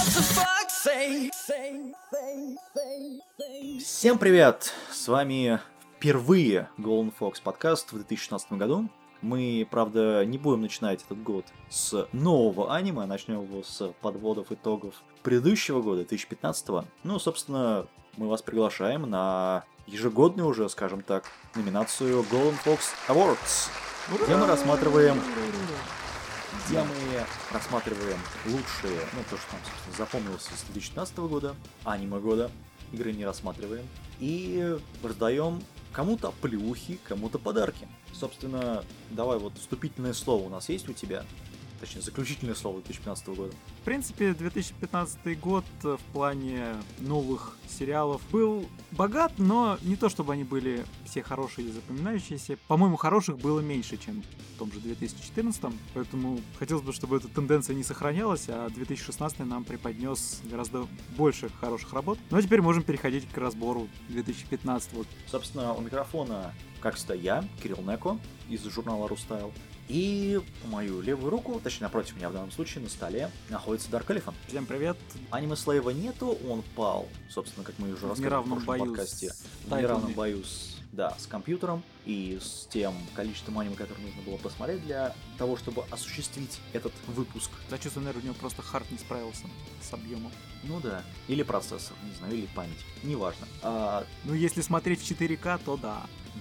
Всем привет! С вами впервые Golden Fox подкаст в 2016 году. Мы, правда, не будем начинать этот год с нового аниме, начнем его с подводов итогов предыдущего года, 2015. Ну, собственно, мы вас приглашаем на ежегодную уже, скажем так, номинацию Golden Fox Awards, где мы рассматриваем лучшие, то, что нам, собственно, запомнилось с 2015 года, аниме года, игры не рассматриваем, и раздаем кому-то плюхи, кому-то подарки. Собственно, давай вот вступительное слово у нас есть у тебя? Точнее, заключительное слово 2015 года. В принципе, 2015 год в плане новых сериалов был богат, но не то чтобы они были все хорошие и запоминающиеся. По-моему, хороших было меньше, чем в том же 2014, поэтому хотелось бы, чтобы эта тенденция не сохранялась, а 2016 нам преподнес гораздо больше хороших работ. Но теперь можем переходить к разбору 2015. Собственно, у микрофона, как всегда, я, Кирилл Неко, из журнала Рустайл. И по мою левую руку, точнее напротив меня в данном случае, на столе находится Dark Elephant. Всем привет. Аниме Слейва нету, он пал, собственно, как мы уже рассказали в прошлом подкасте. В неравном бою с компьютером и с тем количеством аниме, которое нужно было посмотреть для того, чтобы осуществить этот выпуск. За чувство, наверное, у него просто хард не справился с объемом. Ну да, или процессор, не знаю, или память, неважно. Ну, если смотреть в 4К, то да.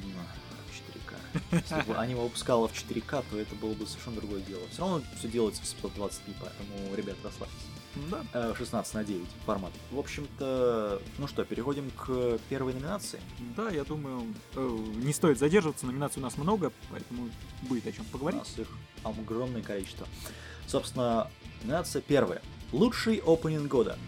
Если бы аниме выпускало в 4К, то это было бы совершенно другое дело. Все равно все делается в 720p, поэтому, ребят, расслабьтесь. Да. 16:9 формат. В общем-то, ну что, переходим к первой номинации? Да, я думаю, не стоит задерживаться, номинаций у нас много, поэтому будет о чем поговорить. У нас их огромное количество. Собственно, номинация первая. Лучший опенинг года.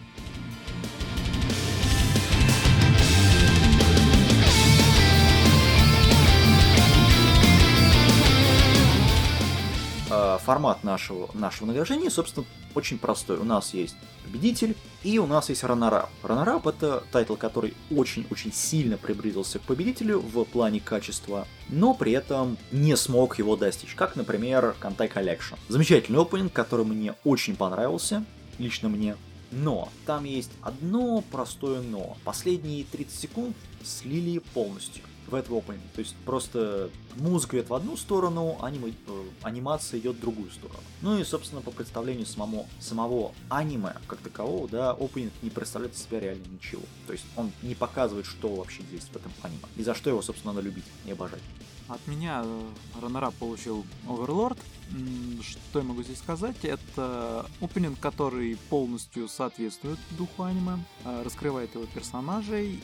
Формат нашего награждения, собственно, очень простой. У нас есть победитель и у нас есть раннерап. Раннерап — это тайтл, который очень-очень сильно приблизился к победителю в плане качества, но при этом не смог его достичь. Как, например, Kantai Collection. Замечательный опенинг, который мне очень понравился, лично мне. Но там есть одно простое но. Последние 30 секунд слили полностью в этот опенинг. То есть просто музыка идет в одну сторону, анимация идет в другую сторону. Ну и, собственно, по представлению самого аниме как такового, да, опенинг не представляет из себя реально ничего. То есть он не показывает, что вообще есть в этом аниме. И за что его, собственно, надо любить и обожать. От меня раннерап получил Overlord. Что я могу здесь сказать? Это опенинг, который полностью соответствует духу аниме, раскрывает его персонажей,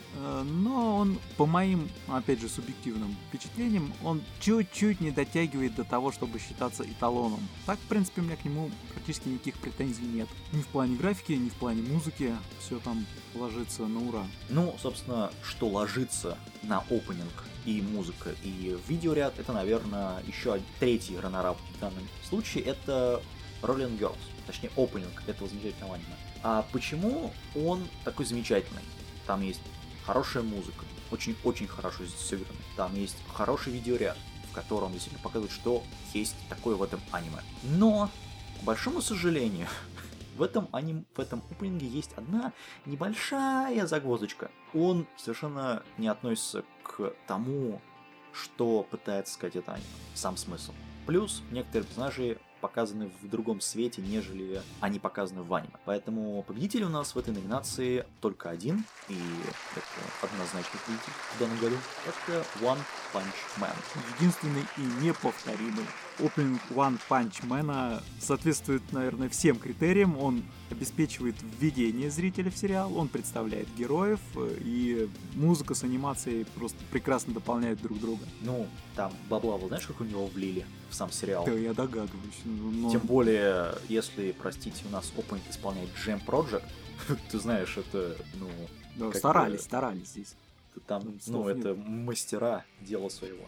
но он, по моим, опять же, субъективным впечатлениям, он чуть-чуть не дотягивает до того, чтобы считаться эталоном. Так, в принципе, у меня к нему практически никаких претензий нет. Ни в плане графики, ни в плане музыки. Все там ложится на ура. Ну, собственно, что ложится на опенинг и музыка, и видеоряд, это, наверное, еще третий раннерап в данном случае, это Rolling Girls, точнее, опенинг этого замечательного аниме. А почему он такой замечательный? Там есть хорошая музыка, очень-очень хорошо сыграно. Там есть хороший видеоряд, в котором действительно показывают, что есть такое в этом аниме. Но, к большому сожалению, в этом опенинге есть одна небольшая загвоздочка. Он совершенно не относится к тому, что пытается сказать это аниме. Сам смысл. Плюс некоторые персонажи показаны в другом свете, нежели они показаны в аниме. Поэтому победитель у нас в этой номинации только один, и это однозначный победитель в данном году. Это One Punch Man. Единственный и неповторимый. Опенинг One Punch Man соответствует, наверное, всем критериям. Он обеспечивает введение зрителя в сериал, он представляет героев, и музыка с анимацией просто прекрасно дополняют друг друга. Ну, там бабла, вы знаешь, как у него влили в сам сериал? Да, я догадываюсь. Но... Тем более, если, простите, у нас опенинг исполняет Jam Project, ты знаешь, это, Да, старались здесь. Там, это мастера дела своего.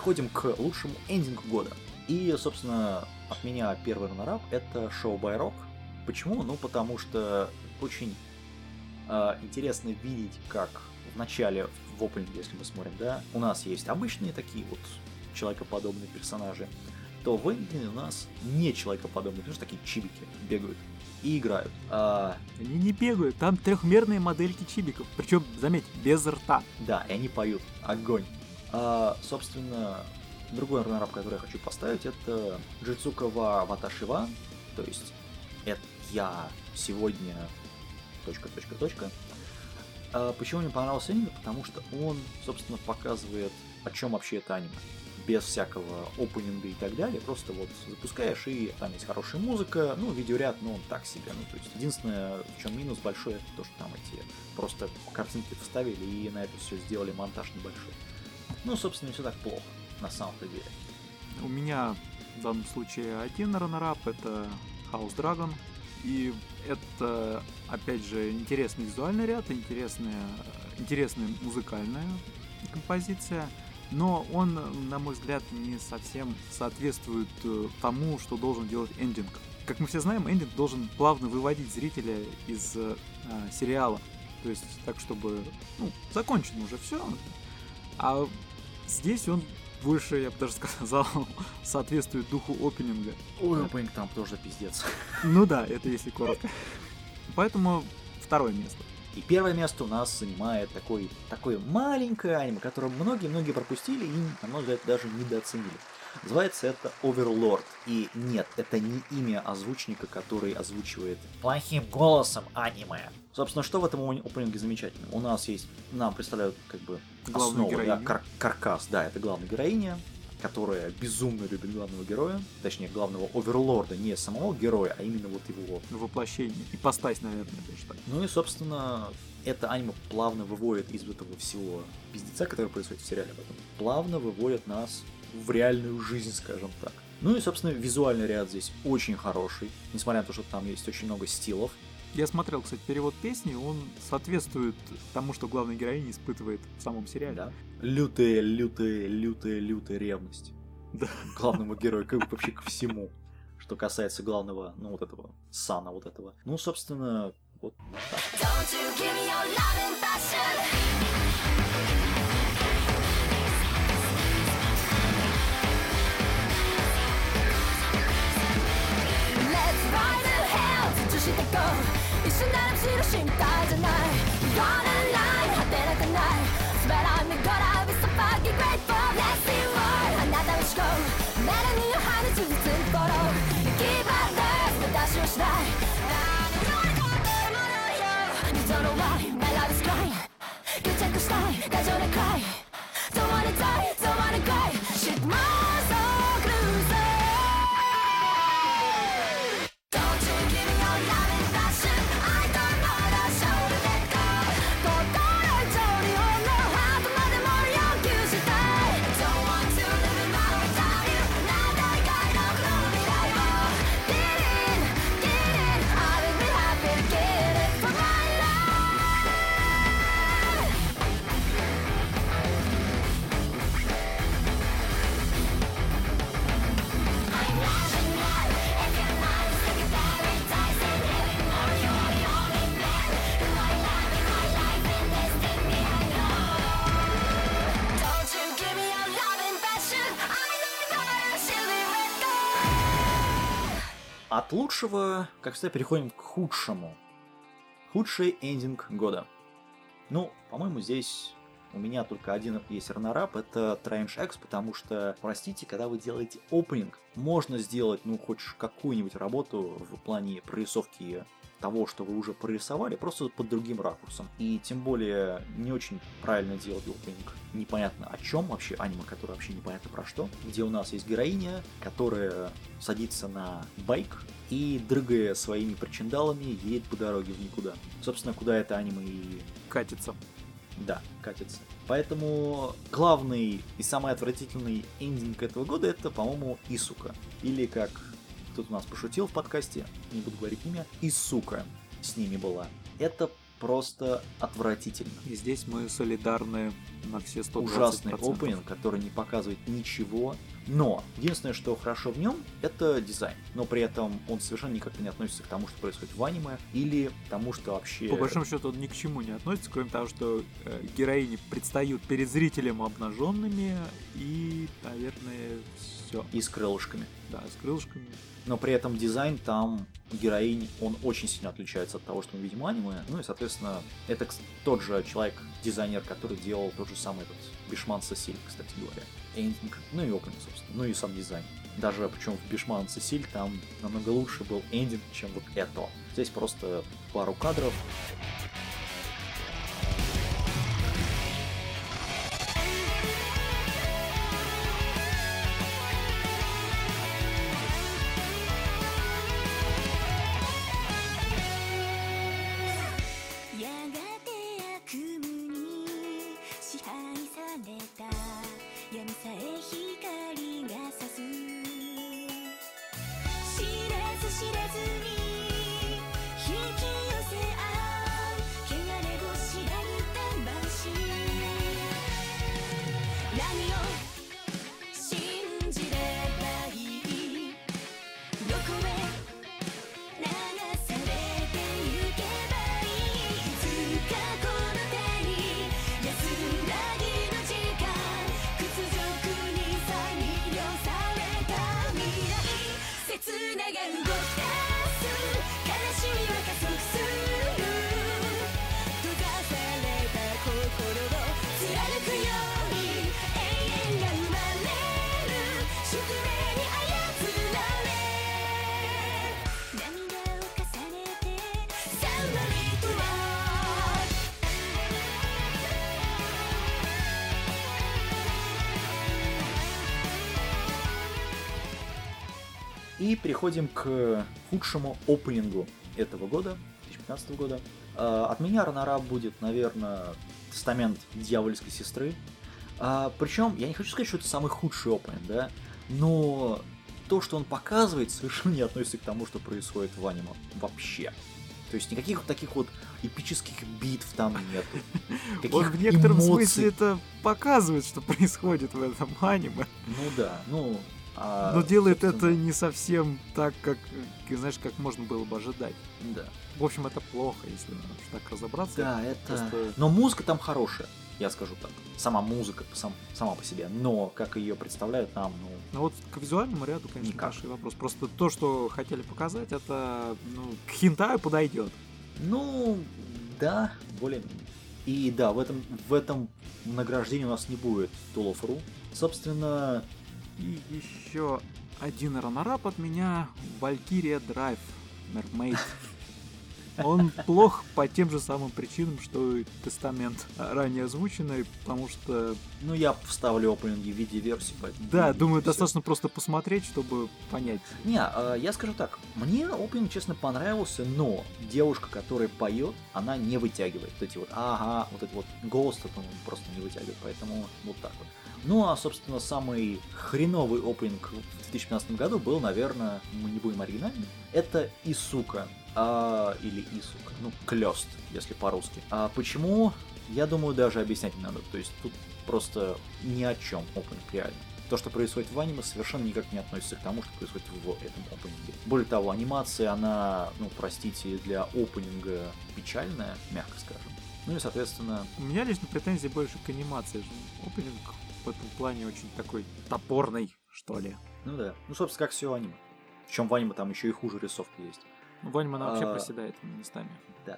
переходим к лучшему эндингу года. И, собственно, от меня первый раннерап — это Show by Rock. Почему? Ну, потому что очень интересно видеть, как в начале, в опенинге, если мы смотрим, да, у нас есть обычные такие вот человекоподобные персонажи, то в эндинге у нас не человекоподобные, потому что такие чибики бегают и играют. Они не бегают, там трехмерные модельки чибиков, причем, заметь, без рта. Да, и они поют. Огонь. Собственно, другой раннерап, который я хочу поставить, это Джицука ва Ваташи ва, то есть это я сегодня... ... Почему мне понравился аниме? Потому что он, собственно, показывает, о чем вообще это аниме. Без всякого опенинга и так далее. Просто вот запускаешь, и там есть хорошая музыка, ну, видеоряд, ну, он так себе. Ну, то есть, единственное, в чем минус большой, это то, что там эти просто картинки вставили и на это все сделали монтаж небольшой. Ну, собственно, не все так плохо, на самом-то деле. У меня в данном случае один раннерап, это House Dragon. И это, опять же, интересный визуальный ряд, интересная музыкальная композиция, но он, на мой взгляд, не совсем соответствует тому, что должен делать эндинг. Как мы все знаем, эндинг должен плавно выводить зрителя из сериала, то есть так, чтобы, закончено уже все, а здесь он больше, я бы даже сказал, соответствует духу опенинга. Ой, опенинг там тоже пиздец. Ну да, это если коротко. Поэтому второе место. И первое место у нас занимает такое маленькое аниме, которое многие пропустили и, на мой взгляд, даже недооценили. Называется это Overlord. И нет, это не имя озвучника, который озвучивает плохим голосом аниме. Собственно, что в этом опенинге замечательно? У нас есть, нам представляют как бы основу, да, каркас, да, это главная героиня, которая безумно любит главного героя, точнее, главного оверлорда, не самого героя, а именно вот его воплощение, ипостась, наверное, даже так. Ну и, собственно, это аниме плавно выводит из этого всего пиздеца, который происходит в сериале, потом плавно выводит нас в реальную жизнь, скажем так. Ну и, собственно, визуальный ряд здесь очень хороший, несмотря на то, что там есть очень много стилов. Я смотрел, кстати, перевод песни, он соответствует тому, что главная героиня испытывает в самом сериале. Да. Лютая ревность. Да. Главному герою, как бы вообще ко всему, что касается главного, вот этого, Сана вот этого. Ну, собственно, вот так. От лучшего, как всегда, переходим к худшему. Худший эндинг года. Ну, по-моему, здесь у меня только один есть раннерап, это Strange X, потому что, простите, когда вы делаете опенинг, можно сделать, хоть какую-нибудь работу в плане прорисовки того, что вы уже прорисовали, просто под другим ракурсом. И тем более не очень правильно делать опенинг. Непонятно о чем вообще аниме, которое вообще непонятно про что. Где у нас есть героиня, которая садится на байк и, дрыгая своими причиндалами, едет по дороге в никуда. Собственно, куда это аниме и... катится. Да, катится. Поэтому главный и самый отвратительный эндинг этого года это, по-моему, Исука. Или как кто-то у нас пошутил в подкасте, не буду говорить имя, Исука с ними была. Это просто отвратительно. И здесь мы солидарны на все 120%. ужасный опенинг, который не показывает ничего. Но единственное, что хорошо в нем, это дизайн. Но при этом он совершенно никак не относится к тому, что происходит в аниме, или тому, что вообще... По большому счету он ни к чему не относится, кроме того, что героини предстают перед зрителем обнаженными и, наверное, все. И с крылышками. Да, с крылышками. Но при этом дизайн там героинь, он очень сильно отличается от того, что мы видим в аниме. Ну и, соответственно, это тот же человек-дизайнер, который делал тот же самый этот Бишман Сесиль, кстати говоря. Эндинг, ну и опенинг, собственно, ну и сам дизайн. Даже, причем в Бишман Сесиль там намного лучше был эндинг, чем вот это. Здесь просто пару кадров. И переходим к худшему опенингу этого года, 2015 года. От меня раннерап будет, наверное, Тестамент Дьявольской Сестры. Причем, я не хочу сказать, что это самый худший опенинг, да, но то, что он показывает, совершенно не относится к тому, что происходит в аниме вообще. То есть никаких вот таких вот эпических битв там нету. Он в некотором смысле это показывает, что происходит в этом аниме. Ну да, ну... Но делает это не совсем так, как, знаешь, как можно было бы ожидать. Да. В общем, это плохо, если так разобраться. Да, это... Просто... Но музыка там хорошая, я скажу так. Сама музыка сама по себе. Но как ее представляют нам, ну... Ну вот к визуальному ряду, конечно, никак. большой вопрос. Просто то, что хотели показать, это, ну, к хентаю подойдет. Ну, да, более-менее. И да, в этом награждении у нас не будет Tool of Ru. Собственно... И еще один раннерап от меня. Valkyria Drive Mermaid. Он плох по тем же самым причинам, что и Тестамент ранее озвученный, потому что... Ну, я вставлю опенинги в виде версии, поэтому... Да, думаю, достаточно просто посмотреть, чтобы понять. Не, я скажу так, мне опенинг, честно, понравился, но девушка, которая поет, она не вытягивает. Вот эти вот, вот этот вот голос, он просто не вытягивает, поэтому вот так вот. Ну, а, собственно, самый хреновый опенинг в 2015 году был, наверное, мы не будем оригинальны, это Исука. Или Исука, ну, Клёст, если по-русски. Почему? Я думаю, даже объяснять не надо. То есть тут просто ни о чем опенинг реально. То, что происходит в аниме, совершенно никак не относится к тому, что происходит в этом опенинге. Более того, анимация, она, ну, простите, для опенинга печальная, мягко скажем. Ну и, соответственно... У меня лично претензии больше к анимации. Опенинг в этом плане очень такой топорный, что ли. Ну да. Ну, собственно, как все аниме. Причем в аниме там еще и хуже рисовки есть. Ну, в аниме она вообще проседает местами. Да.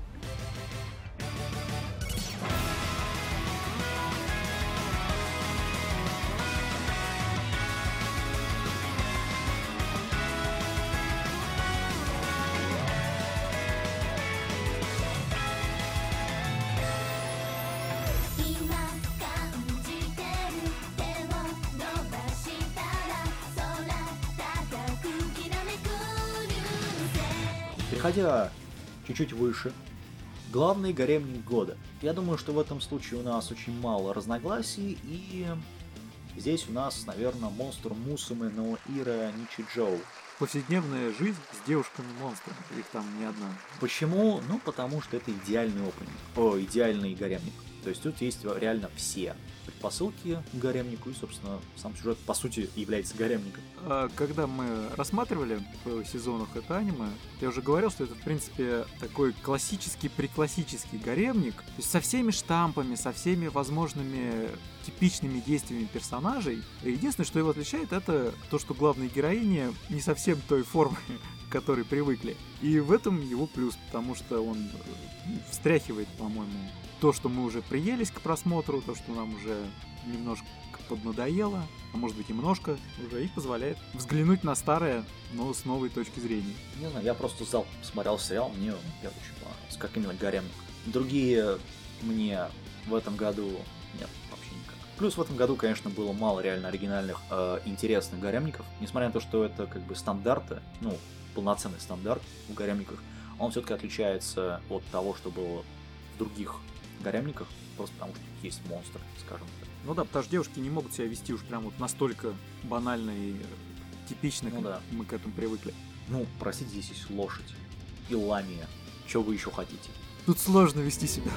Переходя чуть-чуть выше, главный гаремник года. Я думаю, что в этом случае у нас очень мало разногласий, и здесь у нас, наверное, Монстр Мусуме но Ира Ничиджоу. Повседневная жизнь с девушками-монстрами, их там не одна. Почему? Ну, потому что это идеальный опенинг, идеальный гаремник. То То есть тут есть реально все предпосылки к гаремнику, и, собственно, сам сюжет, по сути, является гаремником. Когда мы рассматривали в сезонах это аниме, я уже говорил, что это, в принципе, такой классический гаремник, то есть со всеми штампами, со всеми возможными типичными действиями персонажей. Единственное, что его отличает, это то, что главные героини не совсем той формы, к которой привыкли. И в этом его плюс, потому что он встряхивает, по-моему, то, что мы уже приелись к просмотру, то, что нам уже немножко поднадоело, а может быть и немножко уже, и позволяет взглянуть на старое, но с новой точки зрения. Не знаю, я просто залпом посмотрел сериал, мне очень понравился, как именно гаремник. Другие мне в этом году нет, вообще никак. Плюс в этом году, конечно, было мало реально оригинальных, интересных гаремников, несмотря на то, что это как бы стандарты, полноценный стандарт в гаремниках, он все-таки отличается от того, что было в других гаремниках, просто потому что есть монстры, скажем так. Ну да, потому что девушки не могут себя вести уж прям вот настолько банально и типично, как мы к этому привыкли. Простите, здесь есть лошадь и ламия. Чего вы еще хотите? Тут сложно вести себя.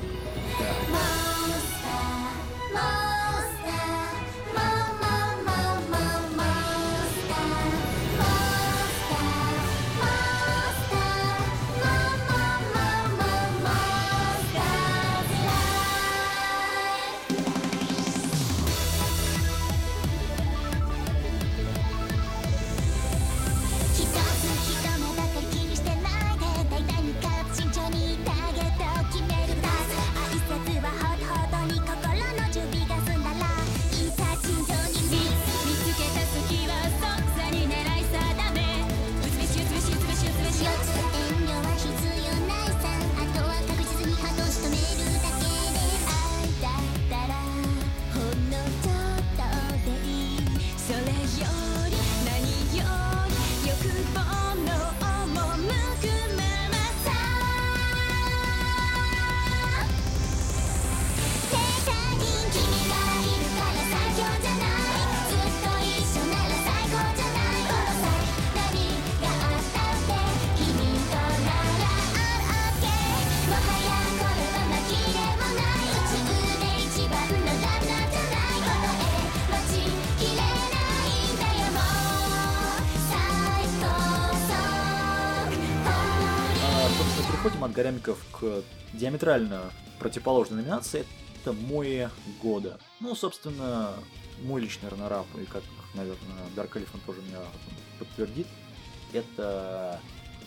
Переходим от гаремников к диаметрально противоположной номинации. Это Моэ года. Собственно, мой личный раннерап, и как, наверное, Dark Elephant тоже меня подтвердит, это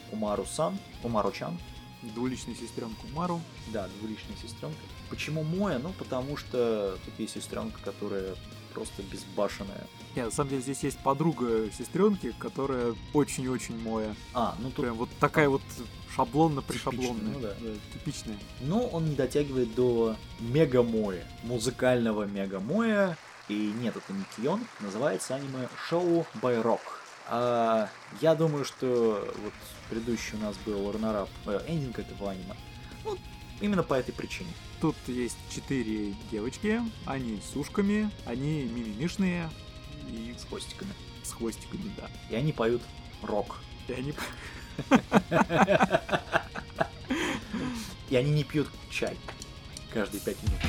Умару-чан. Двуличная сестренка Умару. Да, двуличная сестренка. Почему Моэ? Потому что тут есть сестренка, которая просто безбашенная. Нет, на самом деле здесь есть подруга сестренки, которая очень-очень Моэ. Тут прям вот такая вот шаблонно-пришаблонная. Да. Типичная. Но он не дотягивает до мега-моэ, музыкального мега-моэ. И нет, это не Кион, называется аниме Show by Rock. Я думаю, что вот предыдущий у нас был раннерап, эндинг этого аниме. Именно по этой причине. Тут есть 4 девочки, они с ушками, они мимимишные и с хвостиками. С хвостиками, да. И они поют рок. И они не пьют чай каждые 5 минут.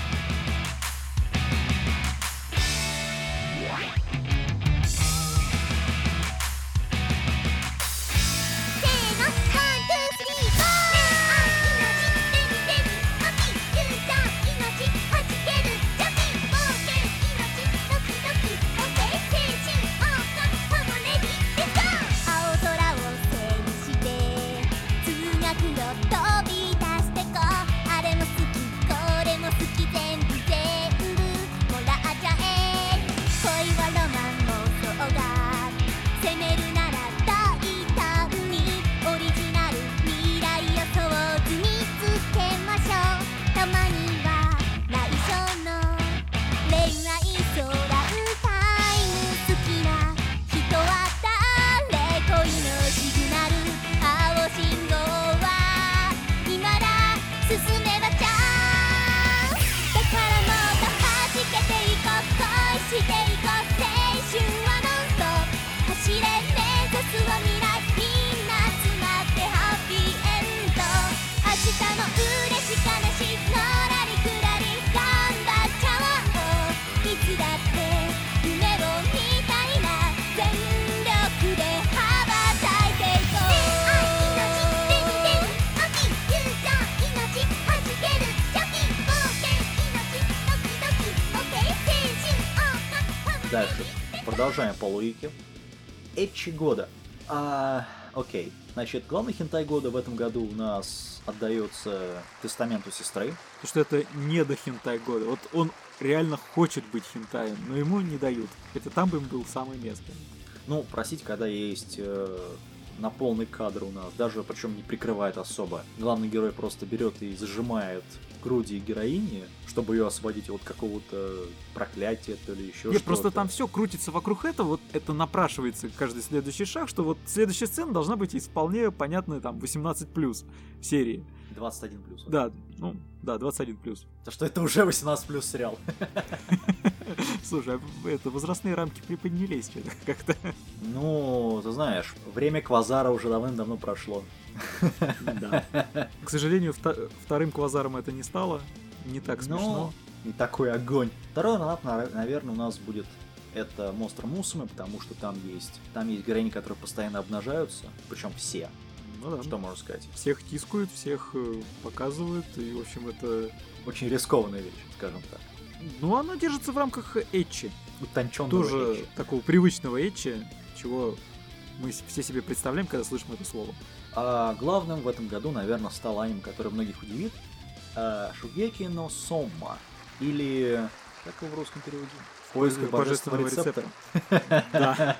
продолжаем по логике. Эчи года. Окей. Значит, главный хентай года в этом году у нас отдается Тестаменту сестры. Потому что это не до хентай года. Вот он реально хочет быть хентаем, но ему не дают. Это там бы им было самое место. Ну, простите, когда есть на полный кадр у нас, даже причем не прикрывает особо. Главный герой просто берет и зажимает груди героини, чтобы ее освободить от какого-то проклятия, то ли еще что-то. Просто там все крутится вокруг этого, вот это напрашивается каждый следующий шаг, что вот следующая сцена должна быть из вполне понятной там 18+ серии. 21+. Да, 21+. То что это уже 18+ сериал. Слушай, это возрастные рамки приподнялись что-то как-то. Ну, ты знаешь, время Квазара уже давным-давно прошло. Да. К сожалению, вторым Квазаром это не стало. Не так смешно. Не такой огонь. Второй ранап, наверное, у нас будет это Монстр Мусумы, потому что там есть героини, которые постоянно обнажаются, причем все. Ну да. Что можно сказать? Всех тискают, всех показывают, и, в общем, это... Очень рискованная вещь, скажем так. Ну, она держится в рамках этчи. Утонченного тоже этчи. Такого привычного этчи, чего мы все себе представляем, когда слышим это слово. А главным в этом году, наверное, стал аниме, который многих удивит. Шугеки но Сомма. Или... Как его в русском переводе? В поисках божественного рецепта. Да.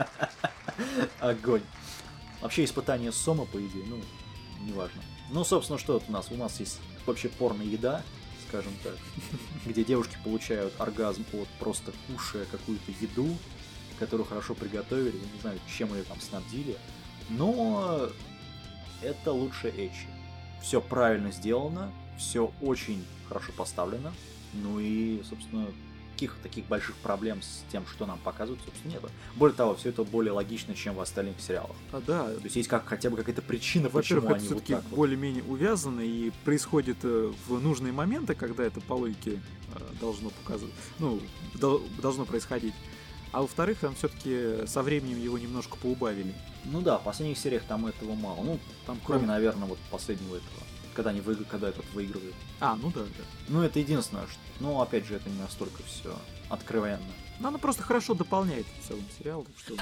Огонь. Вообще испытание Сома, по идее, неважно. Ну, собственно, что это у нас? У нас есть вообще порно-еда, скажем так, где девушки получают оргазм от просто кушая какую-то еду, которую хорошо приготовили, я не знаю, чем ее там снабдили, но это лучше эчи. Все правильно сделано, все очень хорошо поставлено, ну и, собственно, таких больших проблем с тем, что нам показывают, собственно, нет. Более того, все это более логично, чем в остальных сериалах. Да. То есть есть хотя бы какая-то причина, почему почему это они все-таки вот так вот. более-менее увязано и происходит в нужные моменты, когда это по логике должно показывать, должно происходить. А во-вторых, там все-таки со временем его немножко поубавили. Ну да, в последних сериях там этого мало. Ну, там кроме, наверное, вот последнего этого. Когда этот выигрывает. Ну да. Ну, это единственное, что... Ну, опять же, это не настолько все откровенно. Но она просто хорошо дополняет в целом сериал, так что...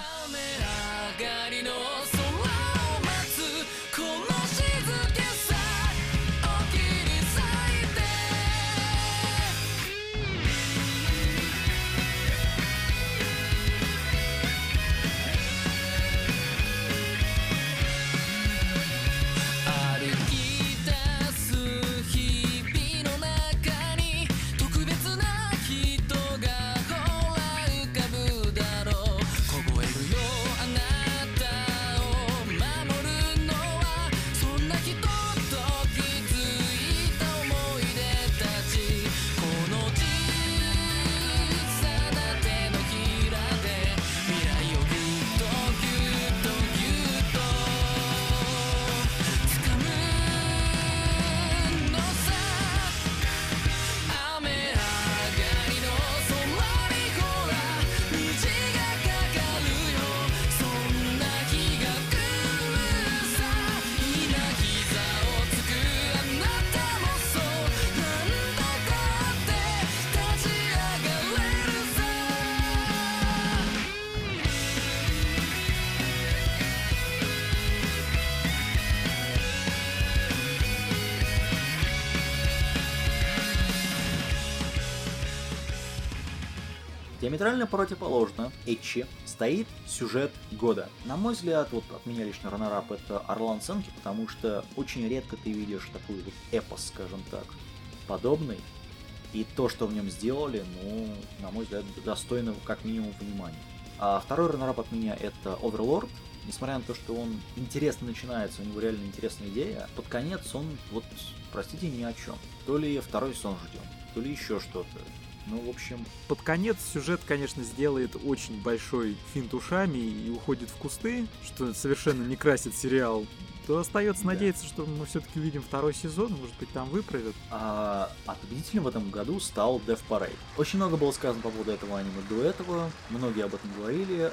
Диаметрально противоположно эчи стоит сюжет года. На мой взгляд, вот от меня лично раннерап это Орлан Сенки, потому что очень редко ты видишь такой вот эпос, скажем так, подобный. И то, что в нем сделали, на мой взгляд, достойно как минимум внимания. А второй раннерап от меня это Overlord. Несмотря на то, что он интересно начинается, у него реально интересная идея, под конец он, простите, ни о чем. То ли второй сон ждем, то ли еще что-то. В общем... Под конец сюжет, конечно, сделает очень большой финт ушами и уходит в кусты, что совершенно не красит сериал. То остается надеяться, что мы все-таки увидим второй сезон, может быть, там выправят. А победителем в этом году стал Death Parade. Очень много было сказано по поводу этого аниме до этого, многие об этом говорили,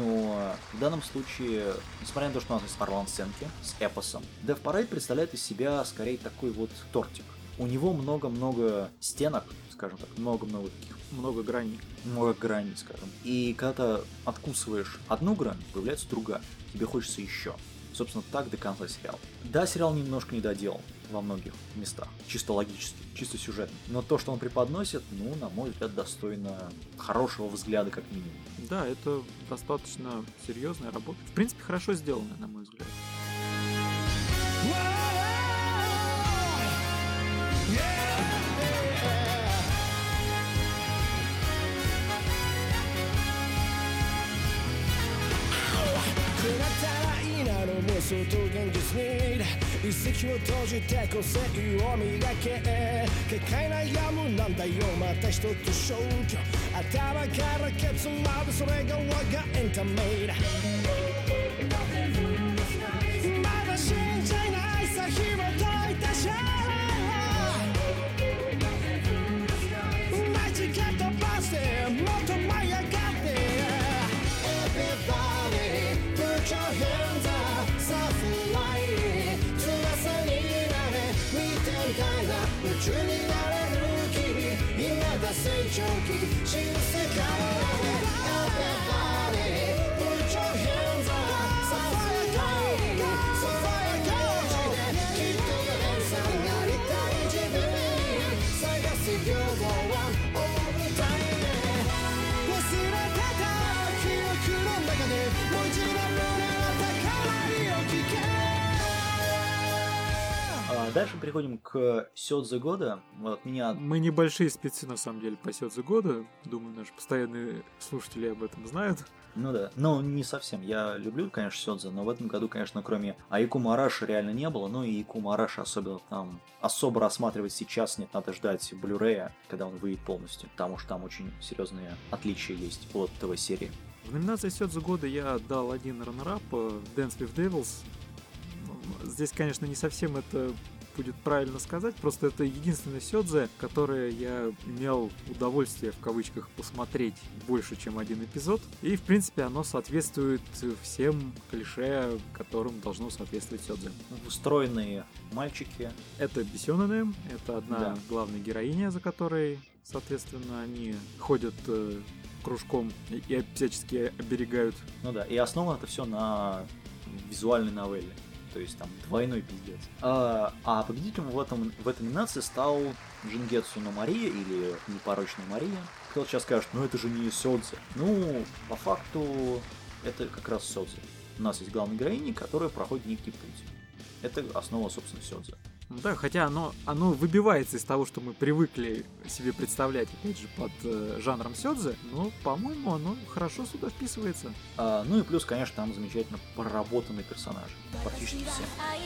но в данном случае, несмотря на то, что у нас есть Орлан Сенки с эпосом, Death Parade представляет из себя скорее такой вот тортик. У него много-много стенок, скажем так, много-много таких много граней. Много граней, скажем. И когда ты откусываешь одну грань, появляется другая. Тебе хочется еще. Собственно, так до конца сериала. Да, сериал немножко недоделан во многих местах. Чисто логически, чисто сюжетно. Но то, что он преподносит, ну, на мой взгляд, достойно хорошего взгляда, как минимум. Да, это достаточно серьезная работа. В принципе, хорошо сделанная, на мой взгляд. 外現実に一石を閉じて個性を磨け結界悩むなんだよまた一つ消去頭からケツまでそれが我がエンタメだまだ信じないさ紐解いたしマジ蹴飛ばしてもっと舞い上がって Everybody put your hands up夢中になれる君今だ成長期新世界 Everybody put your hands up さあきっと連鎖なりたい自分探す両方は大舞台で忘れてた記憶の中でもう一度胸は高鳴りを聞け Дальше переходим к Сёдзе года. Вот от меня... Мы небольшие спецы, на самом деле, по Сёдзе года. Думаю, наши постоянные слушатели об этом знают. Ну да, но не совсем. Я люблю, конечно, Сёдзе, но в этом году, конечно, кроме Айкумо Араши реально не было. Ну и Айкумо Араши особо рассматривать сейчас нет. Надо ждать Blu-ray, когда он выйдет полностью. Потому что там очень серьезные отличия есть от ТВ-серии. В номинации Сёдзе года я дал один раннерап Dance with Devils. Здесь, конечно, не совсем это будет правильно сказать, просто это единственное сёдзе, которое я имел удовольствие в кавычках посмотреть больше, чем один эпизод, и в принципе оно соответствует всем клише, которым должно соответствовать сёдзе. Устроенные мальчики. Это бисёнэны, это одна главная героиня, за которой, соответственно, они ходят кружком и всячески оберегают. Ну да, и основано это все на визуальной новелле. То есть там двойной пиздец. А победителем в этой номинации стал Джингетсу но Мария или Непорочная Мария. Кто-то сейчас скажет, ну это же не сёдзе. Ну, по факту, это как раз сёдзе. У нас есть главная героиня, которая проходит некий путь. Это основа, собственно, сёдзе. Да, хотя оно выбивается из того, что мы привыкли себе представлять, опять же, под жанром сёдзе, но, по-моему, оно хорошо сюда вписывается. Ну и плюс, конечно, там замечательно проработанные персонажи. Практически все.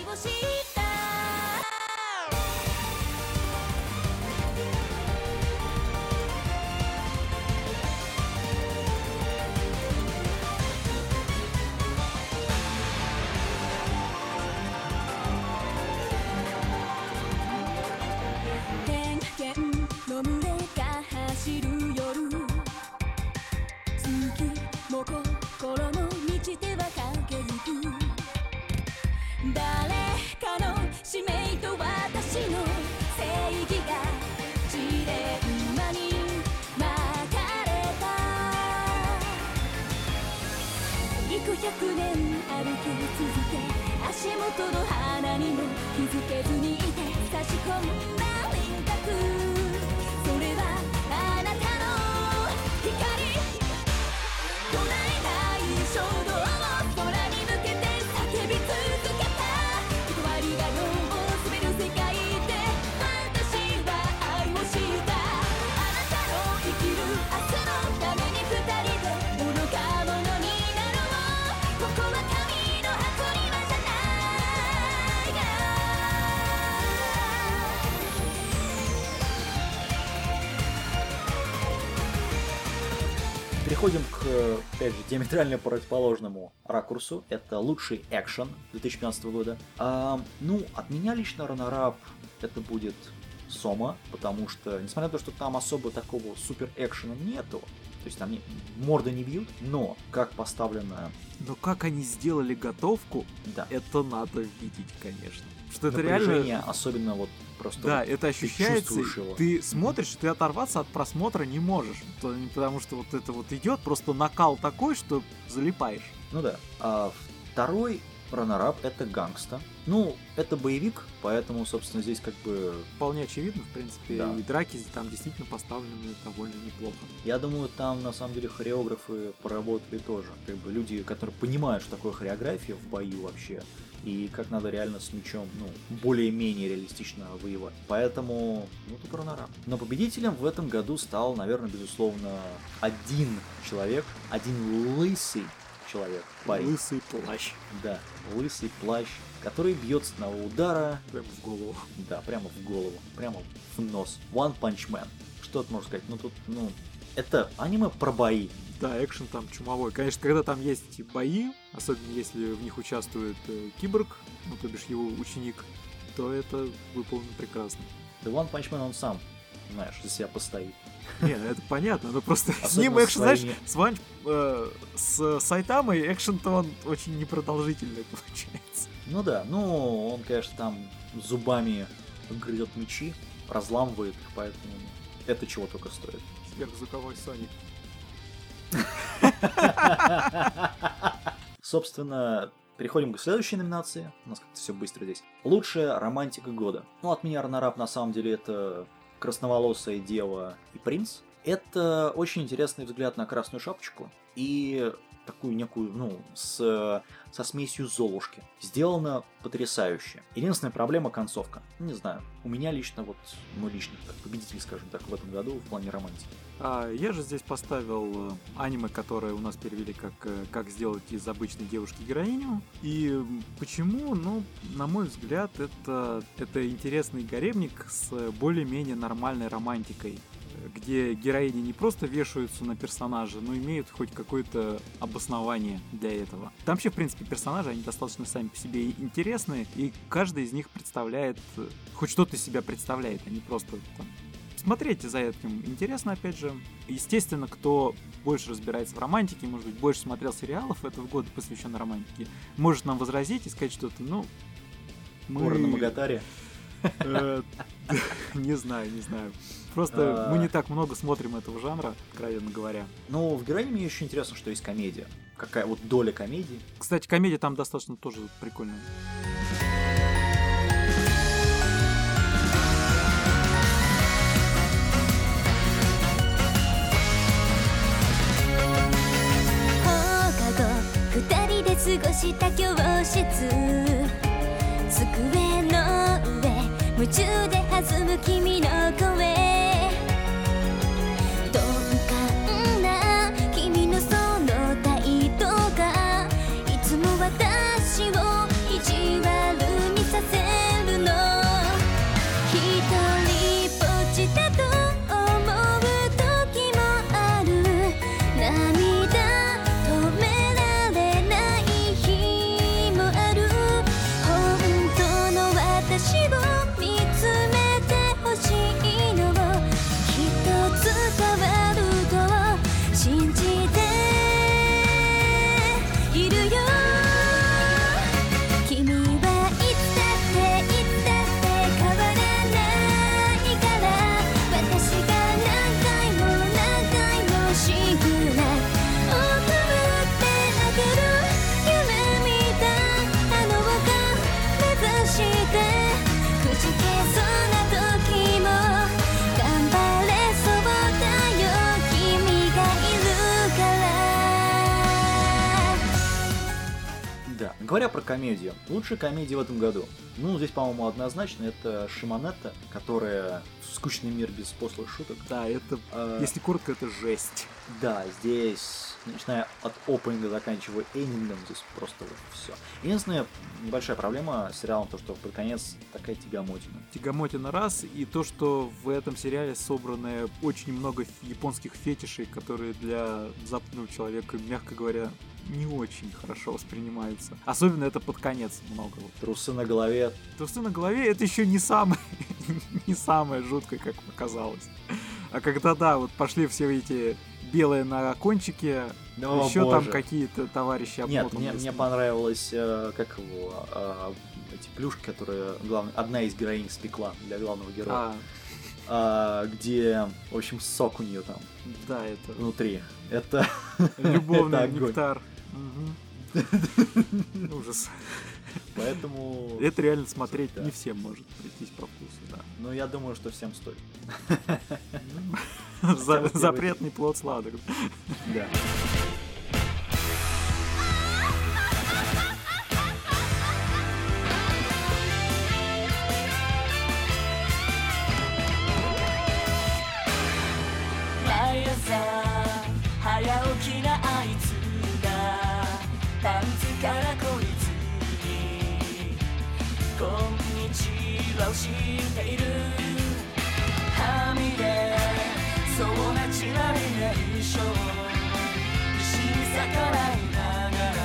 Переходим к, опять же, диаметрально противоположному ракурсу. Это лучший экшен 2015 года. От меня лично раннерап это будет Сома, потому что, несмотря на то, что там особо такого супер экшена нету, То есть там морды не бьют, но как поставлено... Но как они сделали готовку, Да. это надо видеть, конечно. Что это Напряжение, реально... особенно вот просто... Да, вот это ты ощущается, чувствуешь его. ты смотришь, ты оторваться от просмотра не можешь. Потому что вот это вот идет просто накал такой, что залипаешь. Ну да. А второй раннер-ап — это «Гангста». Ну, это боевик, поэтому, собственно, здесь как бы... Вполне очевидно, в принципе, Да. и драки там действительно поставлены довольно неплохо. Я думаю, там, на самом деле, хореографы поработали тоже. Как бы люди, которые понимают, что такое хореография в бою вообще, и как надо реально с мечом, ну, более-менее реалистично воевать. Поэтому, ну, это раннер-ап. Но победителем в этом году стал, наверное, безусловно, один человек, один лысый человек, парень. Лысый плащ. Да, лысый плащ, который бьет с одного удара, Прям в голову. да, прямо в голову, прямо в нос. One Punch Man. Что тут можно сказать? Ну, тут, ну, это аниме про бои. Да, экшен там чумовой. Конечно, когда там есть бои, особенно если в них участвует киборг, ну, то бишь его ученик, то это выполнено прекрасно. Да One Punch Man, он сам, знаешь, за себя постоит. Не, это понятно, но просто с Особенно ним экшен, знаешь, своими- с Сайтамой экшен-то он очень непродолжительный получается. Ну да, ну, он, конечно, там зубами грызет мечи, разламывает их, поэтому это чего только стоит. Сверхзвуковой Соник. Собственно, переходим к следующей номинации. У нас как-то все быстро здесь. Лучшая романтика года. Ну, от меня раннер-ап на самом деле это «Красноволосая дева» и «Принц». Это очень интересный взгляд на Красную Шапочку и такую некую, ну, со смесью Золушки. Сделано потрясающе. Единственная проблема — концовка. Не знаю, у меня лично вот, мой личный как победитель, скажем так, в этом году в плане романтики. Я же здесь поставил аниме, которое у нас перевели как сделать из обычной девушки героиню. И почему? Ну, на мой взгляд, это интересный гаремник с более-менее нормальной романтикой, где героини не просто вешаются на персонажа, но имеют хоть какое-то обоснование для этого. Там вообще, в принципе, персонажи, они достаточно сами по себе интересные, и каждый из них представляет, хоть что-то из себя представляет, а не просто там... Смотрите за этим интересно, опять же. Естественно, кто больше разбирается в романтике, может быть, больше смотрел сериалов этого года, посвященных романтике, может нам возразить и сказать что-то, ну... Корона Магатари. Не знаю. Просто мы не так много смотрим этого жанра, откровенно говоря. Ну, в героине мне еще интересно, что есть комедия. Какая вот доля комедии. Кстати, комедия там достаточно тоже прикольная. 過ごした教室机の上夢中で弾む君の声鈍感な君のその態度がいつも私を意地悪にさせるの一人ぼっちだと思う時もある涙止められない私を見つめてほしいのをきっと伝わると信じているよ君はいつだって変わらないから私が何回もシグナルを送ってあげる夢見たあの丘目指してくじけそうな時も頑張れそうだよ君がいるから。 Да, говоря про комедию. Лучшая комедия в этом году. Ну, здесь, по-моему, однозначно это Шимонетта, которая «Скучный мир без пошлых шуток». Да, это, если коротко, это жесть. Да, здесь, начиная от опенинга, заканчивая эндингом, здесь просто вот все. Единственная небольшая проблема с сериалом, то, что под конец такая тягомотина. Тягомотина раз, и то, что в этом сериале собрано очень много японских фетишей, которые для западного человека, мягко говоря, не очень хорошо воспринимаются. Особенно это под конец много. Трусы на голове. Трусы на голове — это еще не самое жуткое, как показалось. А когда, да, вот пошли все эти белое на кончике, О, еще там боже. какие-то товарищи Нет, обмотаны. мне понравилось, как его, эти плюшки, которые одна из героинь спекла для главного героя. Где, в общем, сок у нее там Да, это внутри. Это любовный это огонь. нектар. Мгм. Ужас. Поэтому, Это реально смотреть Да. не всем может прийтись по вкусу, да. ну, я думаю, что всем стоит. За- Запретный плод сладок. Да. 毎朝早起きなあいつがパンツからこいつにこんにちはをしているはみ出そうなちなみな印象石に逆らいながら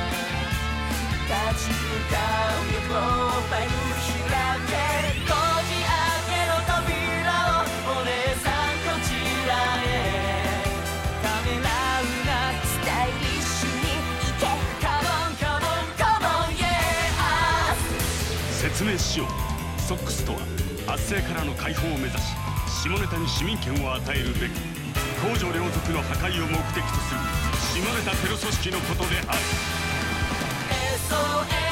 立ち向かうよプロファイル開けこじ開けの扉をお姉さんこちらへためらうなスタイリッシュに行けカモンカモンカモンイエー説明しよう。ソックスとは圧政からの解放を目指し下ネタに市民権を与えるべく公序良俗の破壊を目的とする下ネタテロ組織のことである。 SOS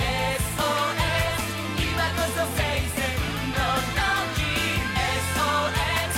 SOS 今こそ聖戦の時 SOS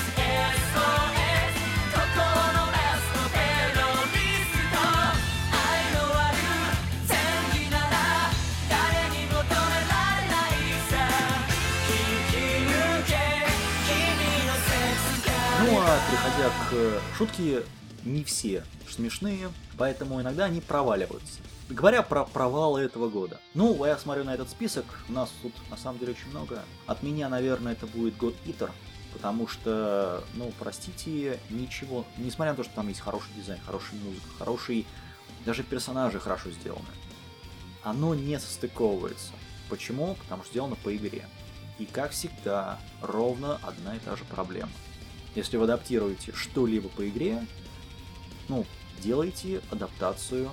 SOS ここのラストテロリスト愛のある正義なら誰に求められないさ引き抜け君の切断 Ну, а переходя к шутке, не все смешные, поэтому иногда они проваливаются. Говоря про провалы этого года. Ну, я смотрю на этот список, у нас тут на самом деле очень много. От меня, наверное, это будет God Eater, потому что, ну, простите, ничего, несмотря на то, что там есть хороший дизайн, хорошая музыка, хорошие, даже персонажи хорошо сделаны, оно не состыковывается. Почему? Потому что сделано по игре. И, как всегда, ровно одна и та же проблема. Если вы адаптируете что-либо по игре, ну, делайте адаптацию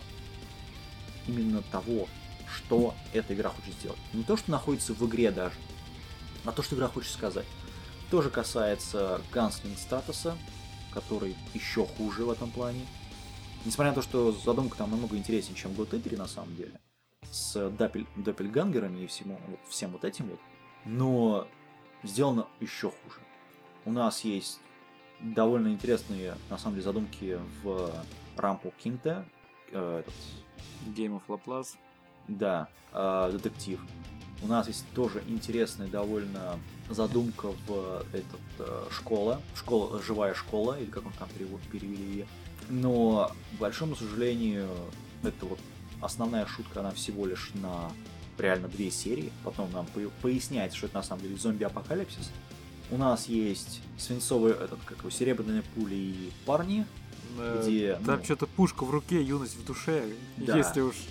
именно того, что эта игра хочет сделать. Не то, что находится в игре даже, а то, что игра хочет сказать. То же касается Gunslinging статуса, который еще хуже в этом плане. Несмотря на то, что задумка там намного интереснее, чем в God Eater на самом деле, с доппельгангерами и всем вот этим вот, но сделано еще хуже. У нас есть довольно интересные, на самом деле, задумки в Рампу Кинте, этот, Game of Laplace. да, детектив. У нас есть тоже интересная довольно задумка в школа, живая школа, или как он там перевели ее. Но, к большому сожалению, это вот основная шутка, она всего лишь на реально 2 серии. Потом нам поясняется, что это на самом деле зомби-апокалипсис. У нас есть свинцовые, серебряные пули и парни, где... Там ну, что-то пушка в руке, юность в душе, Да. если уж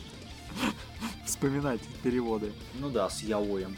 вспоминать переводы. Ну да, с яоем.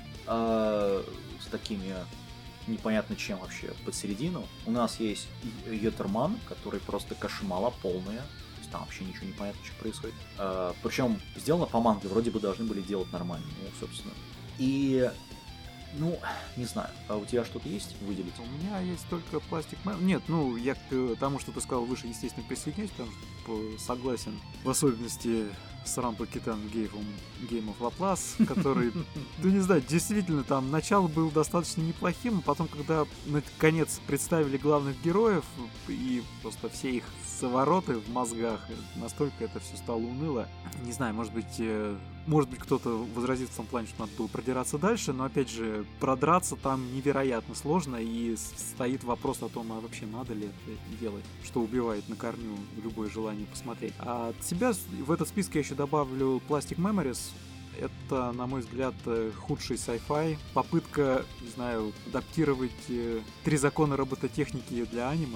С такими непонятно чем вообще под середину. У нас есть Йотерман, который просто кашемала полная. То есть там вообще ничего не понятно, что происходит. Причем сделано по манге, вроде бы должны были делать нормально. Ну, собственно. И... Ну, не знаю, а у тебя что-то есть выделить? У меня есть только пластик. Нет, ну, я к тому, что ты сказал выше, естественно, присоединяюсь, потому что согласен. В особенности с Рампо Китан Game of Laplace, который, ну не знаю, действительно, там начало было достаточно неплохим, а потом, когда наконец представили главных героев и просто все их совороты в мозгах, настолько это все стало уныло. Не знаю, может быть кто-то возразит в том плане, что надо было продираться дальше, но опять же, продраться там невероятно сложно, и стоит вопрос о том, а вообще надо ли это делать, что убивает на корню любое желание посмотреть. А от себя в этот список я еще добавлю Plastic Memories. Это, на мой взгляд, худший sci-fi. Попытка, не знаю, адаптировать 3 закона робототехники для аниме.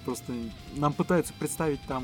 Нам пытаются представить там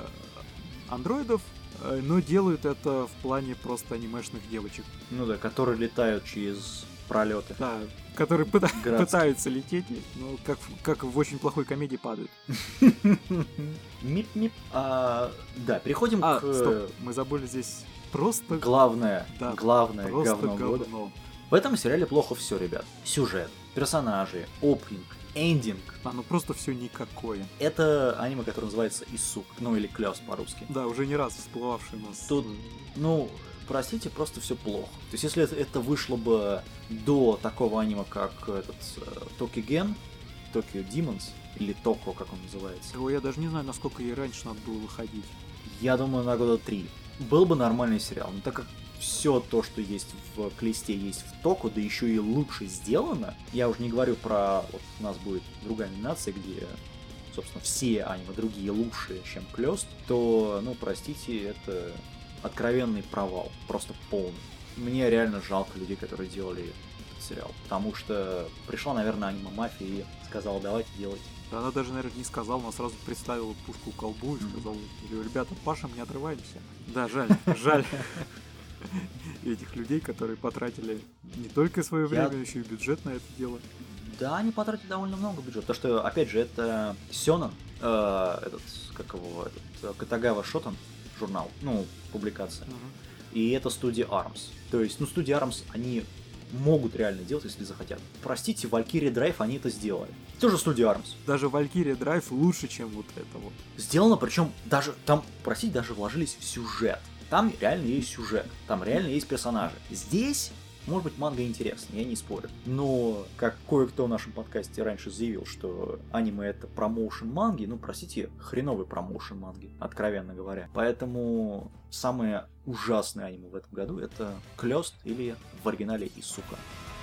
андроидов, но делают это в плане просто анимешных девочек. Ну да, которые летают через пролеты. Да, которые Градские. пытаются лететь, но как в очень плохой комедии падают. Мип-мип. Да, переходим Стоп, мы забыли здесь просто главное Да, говно просто года. говно. В этом сериале плохо все, ребят. Сюжет, персонажи, опенинг, эндинг. Ну просто все никакое. Это аниме, которое называется Исук, ну или Клёс по-русски. Да, уже не раз всплывавший у нас. Тут, простите, просто все плохо. То есть, если это вышло бы до такого аниме, как этот Токиген, Tokyo Demons, или Токо, как он называется, Я даже не знаю, насколько ей раньше надо было выходить. я думаю, на года 3. Был бы нормальный сериал. Но так как все то, что есть в Клесте, есть в Току, да еще и лучше сделано, я уже не говорю про... Вот у нас будет другая номинация, где, собственно, все аниме другие лучшие, чем Клёст, то, простите, это откровенный провал. Просто полный. Мне реально жалко людей, которые делали этот сериал. Потому что пришла, наверное, аниме-мафия и сказала, давайте делать. Да она даже, наверное, не сказала, она сразу представила пушку колбу и сказала: ребята, пашем, не отрываемся. Да, жаль этих людей, которые потратили не только свое время, но еще и бюджет на это дело. Да, они потратили довольно много бюджета. То, что, опять же, это Сёнэн, Катагава Шотан журнал, публикация. И это студия ARMS. То есть, студия ARMS, они могут реально делать, если захотят. Простите, Valkyria Drive, они это сделали. Тоже студия ARMS. Даже Valkyria Drive лучше, чем вот это вот. Сделано, причем даже там, простите, даже вложились в сюжет. Там реально есть сюжет, там реально есть персонажи. Здесь, может быть, манга интересна, я не спорю. Но, как кое-кто в нашем подкасте раньше заявил, что аниме это промоушен манги, простите, хреновый промоушен манги, откровенно говоря. Поэтому самое ужасное аниме в этом году это Клёст или в оригинале Исука.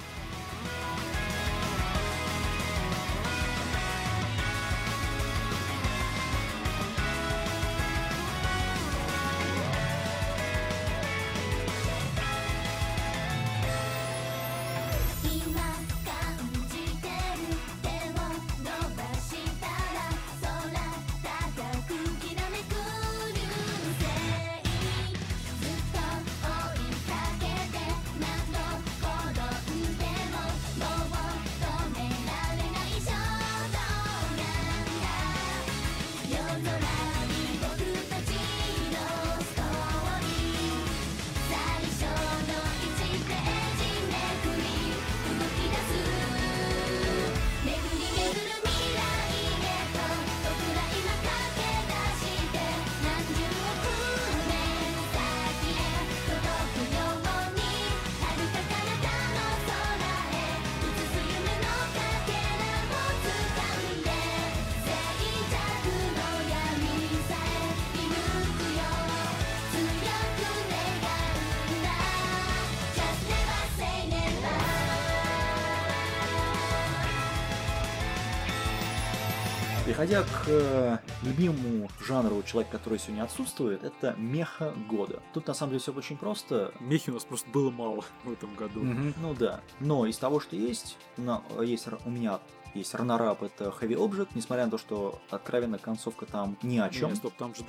Переходя к любимому жанру человека, который сегодня отсутствует, это меха года. Тут на самом деле все очень просто. Мехи у нас просто было мало в этом году. Ну да. Но из того, что есть, у меня есть раннерап, это Heavy Object, несмотря на то, что откровенно концовка там ни о чем. Нет, стоп, там же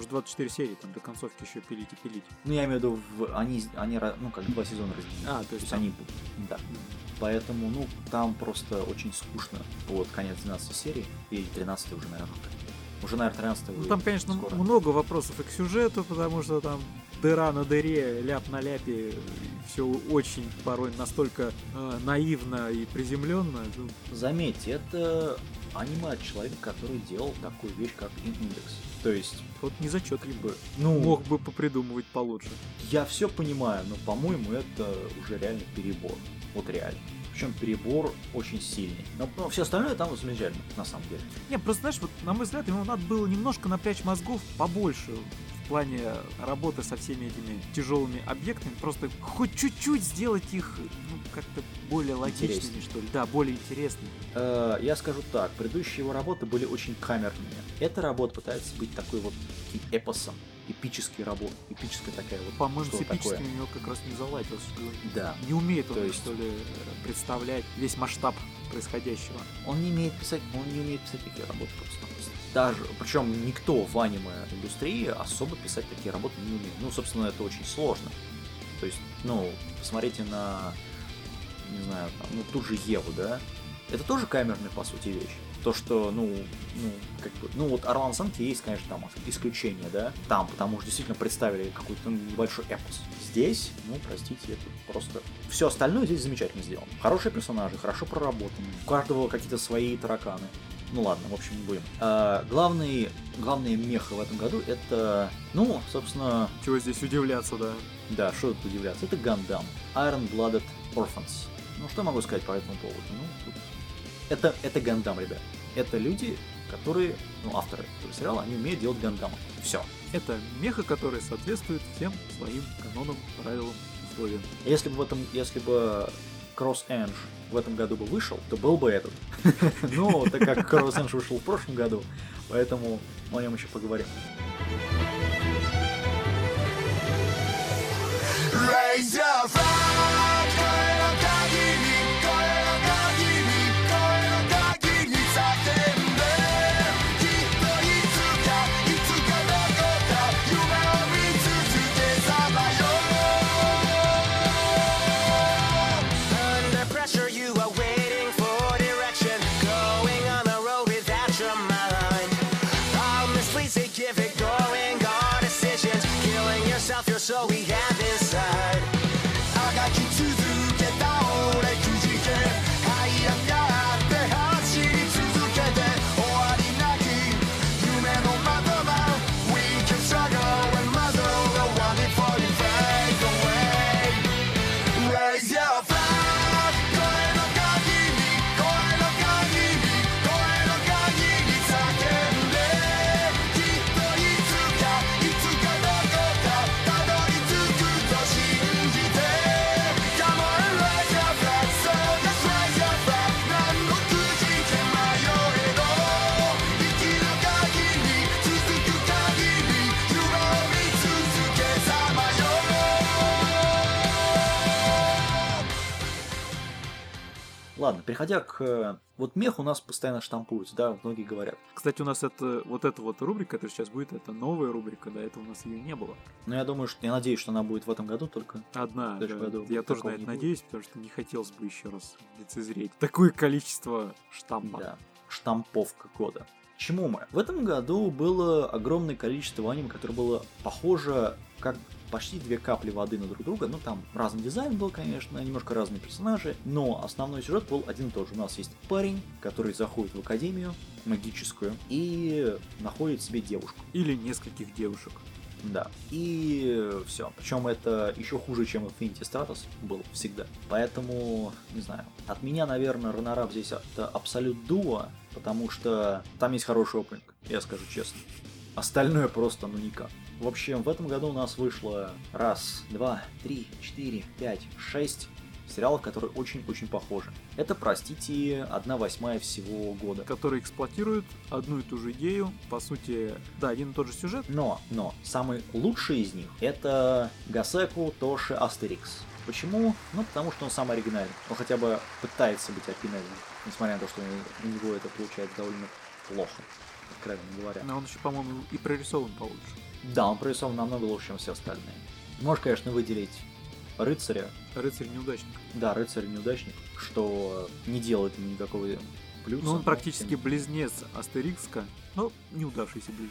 24 серии, там до концовки еще пилить и пилить. Я имею в виду, они как 2 сезона разделены. То есть они, да. Поэтому, там просто очень скучно. Вот конец 12 серии, и 13 уже, наверное. Уже, наверное, 13 там, конечно, скоро. много вопросов и к сюжету, потому что там дыра на дыре, ляп на ляпе, все очень порой настолько наивно и приземленно. Заметьте, это аниме от человека, который делал такую вещь, как Index. То есть... Вот не зачет бы. Мог бы попридумывать получше. Я все понимаю, но, по-моему, это уже реально перебор. Вот реально. Причем перебор очень сильный. Но все остальное там замечательно, на самом деле. Просто знаешь, вот на мой взгляд, ему надо было немножко напрячь мозгов побольше в плане работы со всеми этими тяжелыми объектами. Просто хоть чуть-чуть сделать их как-то более логичными, что ли. Да, более интересными. Я скажу так, предыдущие его работы были очень камерными. Эта работа пытается быть такой вот эпосом. Эпическая работа, эпическая такая вот. По-моему, с эпическим у него как раз не заладилось. Да. Не умеет он, что ли, представлять весь масштаб происходящего. Он не умеет писать такие работы просто. Даже, причем никто в аниме-индустрии особо писать такие работы не умеет. Собственно, это очень сложно. То есть, посмотрите на не знаю, там, ну, ту же Еву, да, это тоже камерная, по сути, вещь. То, что, как бы, вот Орлан Санки есть, конечно, там исключение, да, там, потому что действительно представили какой-то небольшой эпос. Здесь, простите, это просто... Все остальное здесь замечательно сделано. Хорошие персонажи, хорошо проработаны, у каждого какие-то свои тараканы. Ну ладно, в общем, не будем. Главная меха в этом году это, собственно... Чего здесь удивляться, да? Да, что тут удивляться? Это Гандам. Iron-Blooded Orphans. Что могу сказать по этому поводу? Это Гандам, ребят. Это люди, которые, авторы этого сериала, они умеют делать Гандама. Все. Это меха, который соответствует всем своим канонам, правилам, условиям. Если бы Cross Edge в этом году бы вышел, то был бы этот. Но так как Cross Edge вышел в прошлом году, поэтому о нем еще поговорим. Raise your flag, 声の限り叫んできっといつかどこか夢を見続けさまよ Under pressure you are waiting for direction Going on the road without your mind On this please give it going Our decisions Killing yourself your soul we have inside あがき続けた俺くじけ這い上がって走り続けて終わりなき夢のまま We can struggle and muzzle the one before you fade away Raise your flag 声の限り叫んできっといつかどこかたどり着くと信じて Come on raise your flag so just raise your flag 何のくじけ迷えど生きる限り続く限り夢を見続けさまよ Ладно, переходя к... Вот мех у нас постоянно штампуется, да, многие говорят. Кстати, у нас эта рубрика, которая сейчас будет, это новая рубрика, до этого у нас ее не было. Но я надеюсь, что она будет в этом году только. Одна, В следующем году я тоже такого на это не будет. надеюсь, потому что не хотелось бы еще раз лицезреть такое количество штампа. Да, штамповка года. Чему мы? В этом году было огромное количество аниме, которое было похоже как почти две капли воды на друг друга. Там разный дизайн был, конечно, немножко разные персонажи, но основной сюжет был один и тот же. У нас есть парень, который заходит в академию магическую и находит себе девушку. Или нескольких девушек. Да. И все. Причем это еще хуже, чем Infinity Stratos был всегда. Поэтому, не знаю. От меня, наверное, раннерап здесь это Absolute Duo, потому что там есть хороший опенинг, я скажу честно. Остальное просто никак. В общем, в этом году у нас вышло 1, 2, 3, 4, 5, 6 сериалов, которые очень-очень похожи. Это, простите, 1/8 всего года. Которые эксплуатируют одну и ту же идею, по сути, да, один и тот же сюжет. Но самый лучший из них это Гасеку Тоши Астерикс. Почему? Потому что он самый оригинальный. Он хотя бы пытается быть оригинальным, несмотря на то, что у него это получается довольно плохо, откровенно говоря. Но он еще, по-моему, и прорисован получше. Да, он прорисован намного лучше, чем все остальные. Можешь, конечно, выделить Рыцаря. Рыцарь-неудачник. Да, Рыцарь-неудачник, что не делает ему никакого плюса. Ну, он практически близнец Астерикска, но неудавшийся близнец.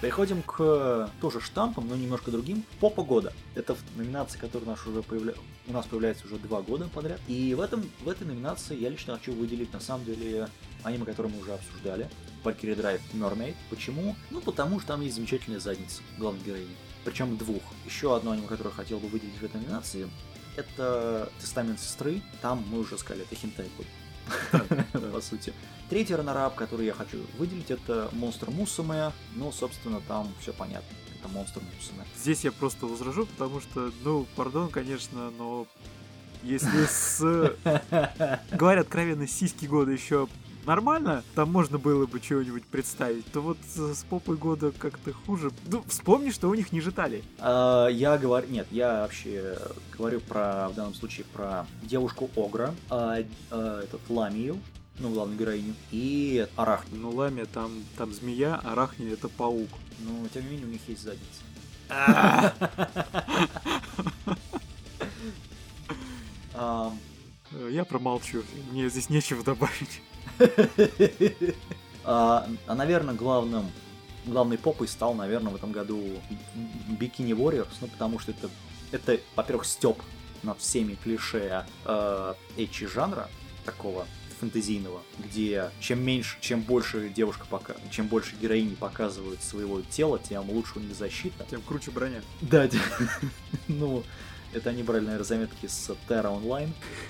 Переходим к тоже штампам, но немножко другим. Попа года. Это номинация, которая у нас появляется уже 2 года подряд. И в этой номинации я лично хочу выделить, на самом деле, аниме, которое мы уже обсуждали. Valkyrie Drive Mermaid. Почему? Ну, потому что там есть замечательная задница главной героини. Причем 2. Еще одно аниме, которое я хотел бы выделить в этой номинации, это Тестамент сестры. Там мы уже сказали, это хентай будет. По сути. Третий раннерап, который я хочу выделить, это Monster Musume. Ну, собственно, там все понятно. Это Monster Musume. Здесь я просто возражу, потому что, ну, пардон, конечно, но если говоря откровенно, сиськи года еще нормально, там можно было бы чего-нибудь представить, то вот с попой года как-то хуже. Ну, вспомни, что у них ниже талии. Я вообще говорю в данном случае про девушку Огра, Ламию, ну, главную героиню, и Арахни. Ну, Ламия там змея, Арахни это паук. Но, тем не менее, у них есть задница. Я промолчу, мне здесь нечего добавить. Наверное, главной попой стал, наверное, в этом году Bikini Warriors, ну, потому что это, во-первых, стёб над всеми клише эчи жанра, такого фэнтезийного, где чем больше героини показывают своего тела, тем лучше у них защита. Тем круче броня. Да, ну, это они брали, наверное, заметки с Terra Online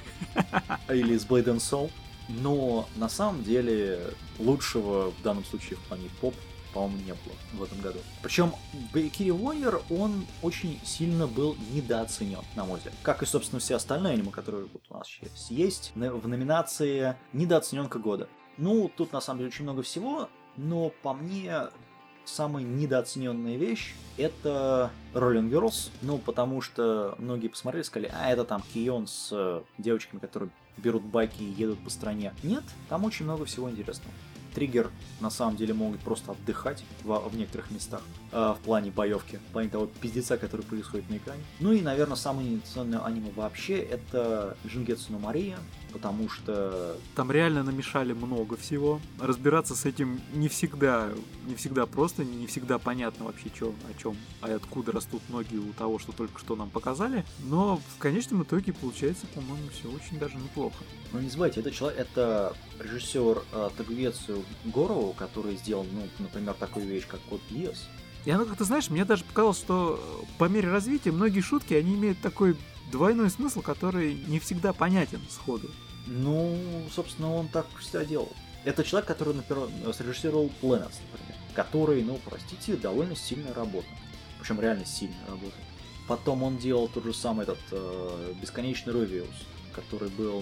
или с Blade and Soul. Но на самом деле лучшего в данном случае в плане поп, по-моему, не было в этом году. Причем Valkyrie Warrior, он очень сильно был недооценен, на мой взгляд. Как и, собственно, все остальные аниме, которые вот у нас сейчас есть в номинации «Недооцененка года». Ну, тут на самом деле очень много всего, но по мне самая недооцененная вещь — это Rolling Girls. Ну, потому что многие посмотрели и сказали, это там Кион с девочками, которые берут байки и едут по стране. Нет, там очень много всего интересного. Триггер на самом деле могут просто отдыхать в некоторых местах в плане боевки, в плане того пиздеца, который происходит на экране. Ну и, наверное, самое недооцененное аниме вообще — это Джингетсу но Мария, потому что там реально намешали много всего. Разбираться с этим не всегда просто, не всегда понятно вообще, о чем, а откуда растут ноги у того, что только что нам показали. Но в конечном итоге получается, по-моему, все очень даже неплохо. Ну не забывайте, это режиссер Тагуецу Горову, который сделал, ну, например, такую вещь, как Код Гиас. И оно как-то, знаешь, мне даже показалось, что по мере развития многие шутки, они имеют такой двойной смысл, который не всегда понятен сходу. Ну, собственно, он так всегда делал. Это человек, который, например, срежиссировал Planets, например, который, ну, простите, довольно сильная работа. Причем реально сильная работа. Потом он делал тот же самый Бесконечный Ревиус, который был,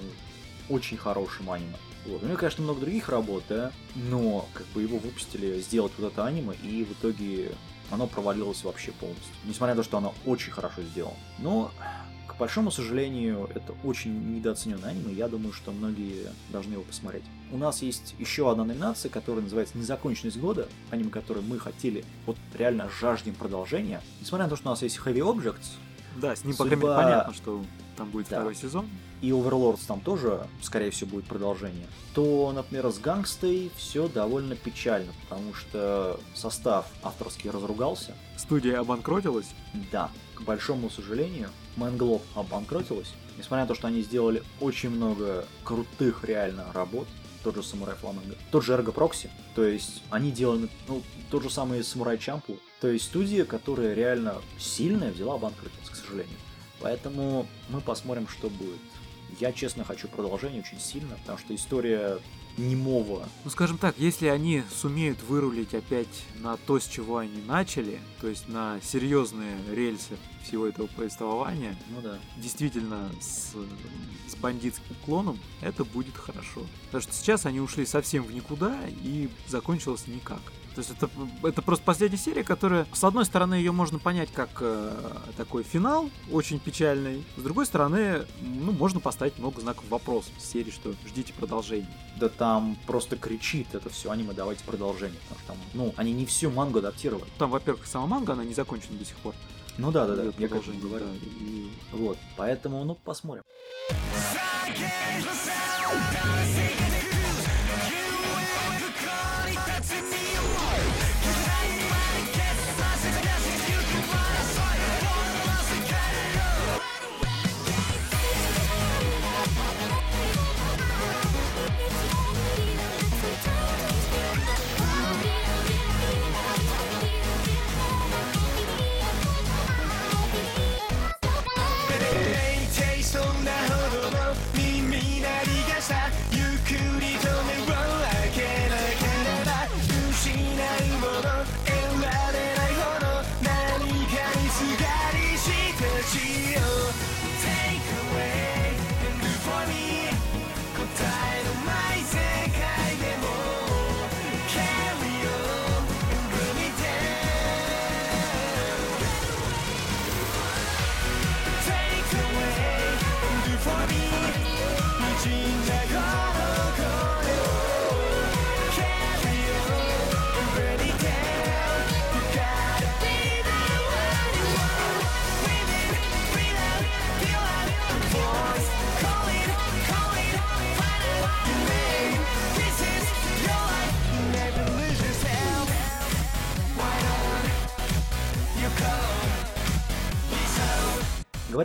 ну, очень хорошим аниме. Вот. У него, конечно, много других работ, да, но как бы его выпустили сделать вот это аниме, и в итоге оно провалилось вообще полностью. Несмотря на то, что оно очень хорошо сделано. Но, к большому сожалению, это очень недооцененное аниме, я думаю, что многие должны его посмотреть. У нас есть еще одна номинация, которая называется «Незаконченность года», аниме, которое мы хотели, вот реально жаждем продолжения. Несмотря на то, что у нас есть Heavy Objects, да, с ним пока понятно, что там будет второй сезон. И Overlords там тоже, скорее всего, будет продолжение. То, например, с Гангстой все довольно печально, потому что состав авторский разругался. Студия обанкротилась? Да, к большому сожалению, Manglove обанкротилась. Несмотря на то, что они сделали очень много крутых реально работ. Тот же Самурай Фламенго, тот же Ergo Proxy. То есть они делали, ну, тот же самый Самурай Чамплу. То есть студия, которая реально сильная, взяла обанкротиться, к сожалению. Поэтому мы посмотрим, что будет. Я, честно, хочу продолжение очень сильно, потому что история немого. Ну, скажем так, если они сумеют вырулить опять на то, с чего они начали, то есть на серьезные рельсы всего этого повествования, ну да, действительно с бандитским уклоном, это будет хорошо. Потому что сейчас они ушли совсем в никуда и закончилось никак. То есть это просто последняя серия, которая, с одной стороны, ее можно понять как такой финал, очень печальный. С другой стороны, ну, можно поставить много знаков вопроса в серии, что ждите продолжения. Да там просто кричит это все аниме, давайте продолжение. Потому что там, ну, они не всю мангу адаптировали. Там, во-первых, сама манга, она не закончена до сих пор. Ну да, я как же говорю. Да, и... Вот, поэтому, ну, посмотрим.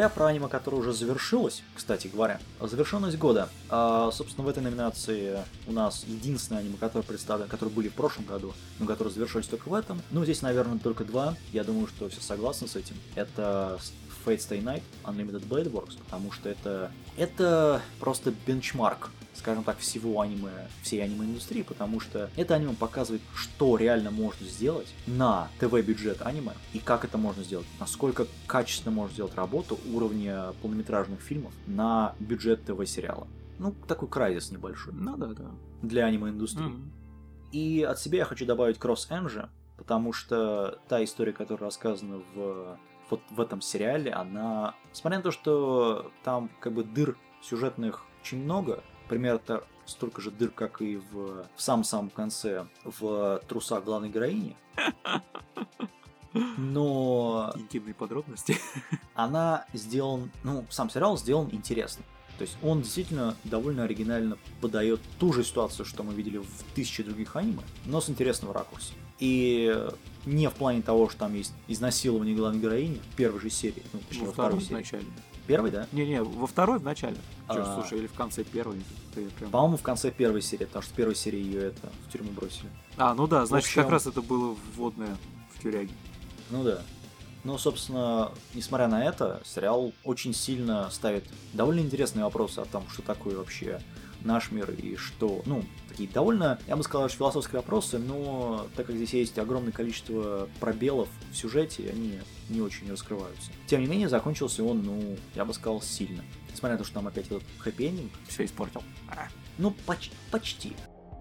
говоря про аниме, которое уже завершилось, кстати говоря, завершенность года. Собственно, в этой номинации у нас единственное аниме, которое представлено, которые были в прошлом году, но которые завершились только в этом. Ну, здесь, наверное, только два. Я думаю, что все согласны с этим. Это Fate Stay Night, Unlimited Blade Works, потому что это просто бенчмарк, скажем так, всего аниме, всей аниме-индустрии, потому что это аниме показывает, что реально можно сделать на ТВ-бюджет аниме, и как это можно сделать, насколько качественно можно сделать работу уровня полнометражных фильмов на бюджет ТВ-сериала. Ну, такой кризис небольшой. Ну да. Для аниме-индустрии. И от себя я хочу добавить Cross Engine, потому что та история, которая рассказана вот в этом сериале, она, несмотря на то, что там как бы дыр сюжетных очень много, примерно столько же дыр, как и в самом-самом конце в трусах главной героини, но Интимные подробности. она сделан, сам сериал сделан интересно. То есть он действительно довольно оригинально подает ту же ситуацию, что мы видели в 1000 других аниме, но с интересного ракурса. И не в плане того, что там есть изнасилование главной героини в первой же серии, точнее, во второй серии. Вначале. Первой, да? Не, во второй в начале. Слушай, или в конце первой. По-моему, в конце первой серии, потому что в первой серии ее в тюрьму бросили. Ну да, значит, общем, как раз это было вводное в тюряге. Ну да. Но, собственно, несмотря на это, сериал очень сильно ставит довольно интересные вопросы о том, что такое вообще наш мир и что, такие довольно, я бы сказал, философские вопросы, но так как здесь есть огромное количество пробелов в сюжете, они не очень раскрываются. Тем не менее, закончился он, я бы сказал, сильно. Несмотря на то, что там опять этот хэппи-эндинг. Все испортил. Почти.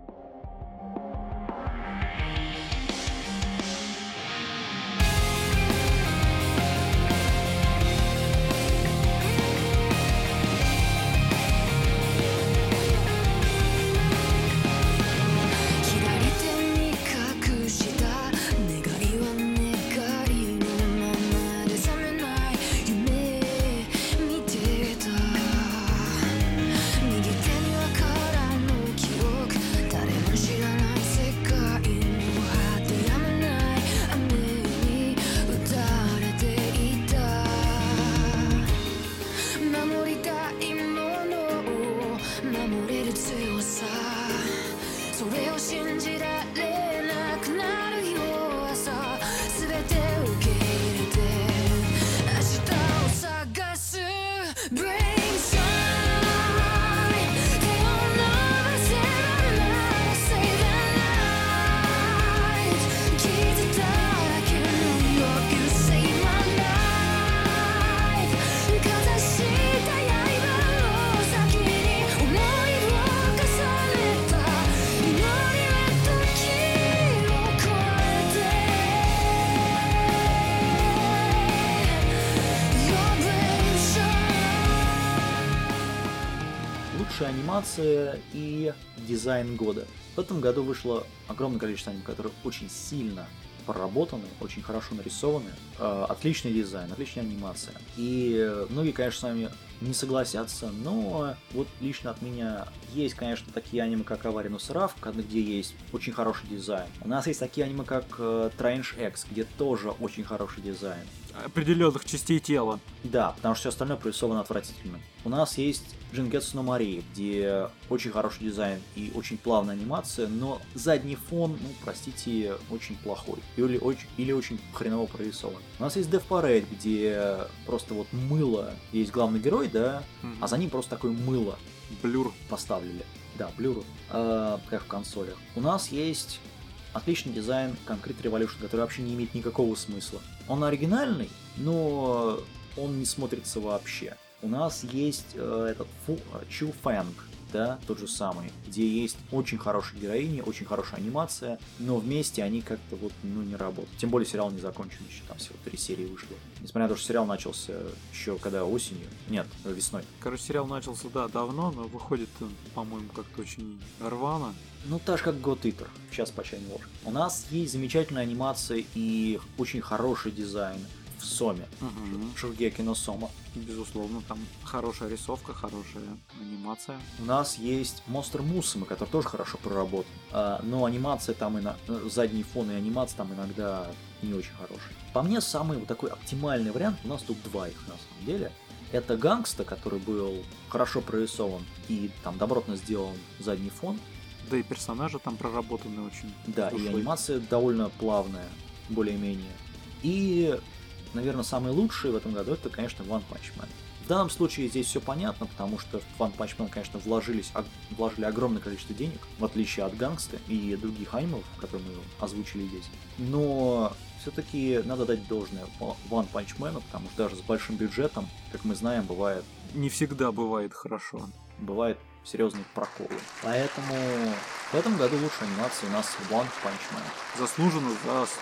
Анимация и дизайн года. В этом году вышло огромное количество аниме, которые очень сильно проработаны, очень хорошо нарисованы, отличный дизайн, отличная анимация. И многие, конечно, с вами не согласятся, но вот лично от меня есть, конечно, такие аниме, как Аваринус Раф, где есть очень хороший дизайн. У нас есть такие аниме, как Strange X, где тоже очень хороший дизайн. Определенных частей тела. Да, потому что все остальное прорисовано отвратительно. У нас есть Джингетсу но Мари, где очень хороший дизайн и очень плавная анимация, но задний фон, простите, очень плохой. Или очень хреново прорисован. У нас есть Death Parade, где просто вот мыло, есть главный герой, да, а за ним просто такое мыло. Блюр. Поставили. Да, блюр, как в консолях. У нас есть отличный дизайн Concrete Revolution, который вообще не имеет никакого смысла. Он оригинальный, но он не смотрится вообще. У нас есть этот Chu Fang, да, тот же самый, где есть очень хорошая героиня, очень хорошая анимация, но вместе они как-то не работают. Тем более сериал не закончен еще, там всего 3 серии вышло. Несмотря на то, что сериал начался еще когда осенью, нет, весной. Короче, сериал начался, да, давно, но выходит, по-моему, как-то очень рвано. Так же, как God Eater, сейчас по чайной ложке. У нас есть замечательная анимация и очень хороший дизайн в Соме, Шургеки но Сома. Безусловно, там хорошая рисовка, хорошая анимация. У нас есть Monster Musume, который тоже хорошо проработан, но анимация там, задний фон и анимация там иногда не очень хорошая. По мне, самый такой оптимальный вариант, у нас тут два их на самом деле. Это Гангста, который был хорошо прорисован и там добротно сделан задний фон. Да и персонажи там проработаны очень. Да, с и душой. анимация довольно плавная, более-менее. И, наверное, самый лучший в этом году это, конечно, One Punch Man. В данном случае здесь все понятно, потому что в One Punch Man, конечно, вложили огромное количество денег, в отличие от Гангста и других анимов, которые мы озвучили здесь. Но все-таки надо дать должное One Punch Man, потому что даже с большим бюджетом, как мы знаем, Не всегда бывает хорошо. бывают серьезные проколы. Поэтому в этом году лучшая анимация у нас One Punch Man. Заслуженно.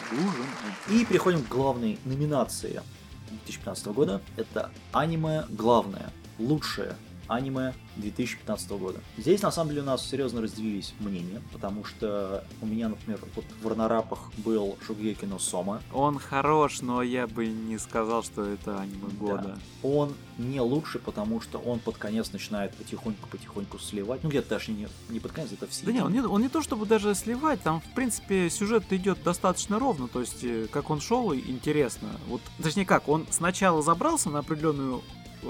И переходим к главной номинации 2015 года. Это аниме главное. Лучшее аниме 2015 года. Здесь, на самом деле, у нас серьезно разделились мнения, потому что у меня, например, вот в раннерапах был Шугеки но Сома. Он хорош, но я бы не сказал, что это аниме года. Да. Он не лучший, потому что он под конец начинает потихоньку сливать. Ну, где-то даже не под конец, это все. Да не, он не то чтобы даже сливать, там, в принципе, сюжет идет достаточно ровно, то есть, как он шел, интересно. Вот, точнее как, он сначала забрался на определенную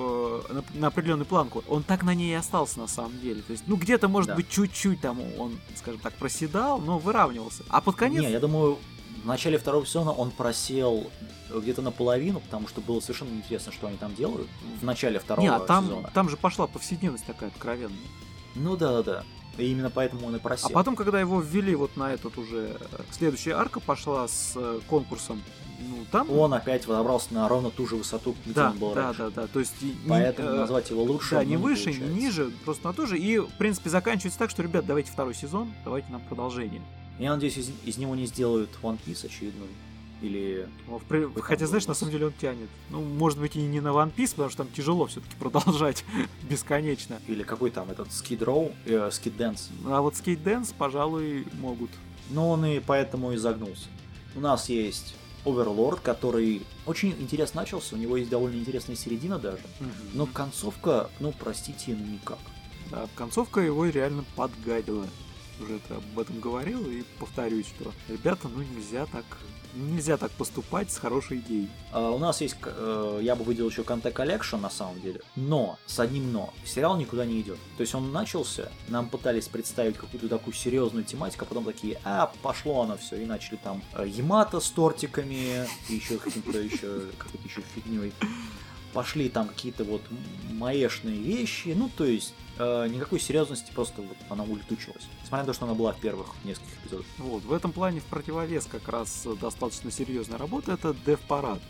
планку, он так на ней и остался на самом деле. То есть, ну, где-то, может быть, чуть-чуть там он, скажем так, проседал, но выравнивался. А под конец... Не, я думаю, в начале второго сезона он просел где-то наполовину, потому что было совершенно интересно, что они там делают в начале второго сезона. Там же пошла повседневность такая откровенная. Ну да. И именно поэтому он и просел. А потом, когда его ввели вот на этот уже... Следующая арка пошла с конкурсом. Ну, там... Он опять взобрался на ровно ту же высоту, где он был раньше. Да. То есть, поэтому назвать его лучше. Да, не выше, не ниже, просто на то же. И, в принципе, заканчивается так, что, ребят, давайте второй сезон, давайте нам продолжение. Я надеюсь, из него не сделают One Piece очередной. Или... Хотя, знаешь, на самом деле он тянет. Ну, может быть, и не на One Piece, потому что там тяжело все-таки продолжать бесконечно. Или какой там этот Skid Row, Skid Dance. А вот Skate Dance, пожалуй, могут. Но он и поэтому и загнулся. У нас есть Overlord, который очень интересно начался, у него есть довольно интересная середина даже. Но концовка, ну, простите, никак. Да, концовка его реально подгадила. Уже об этом говорил и повторюсь, что, ребята, ну нельзя так поступать с хорошей идеей. У нас есть, я бы выделил еще Contact Collection на самом деле, но, с одним но, сериал никуда не идет. То есть он начался, нам пытались представить какую-то такую серьезную тематику, а потом такие, пошло оно все, и начали там Ямато с тортиками, и еще какой-то еще фигней. Пошли там какие-то вот маешные вещи, ну то есть никакой серьезности, просто вот она улетучилась. Несмотря на то, что она была в первых нескольких эпизодах. Вот, в этом плане в противовес как раз достаточно серьезная работа, это Death Parade,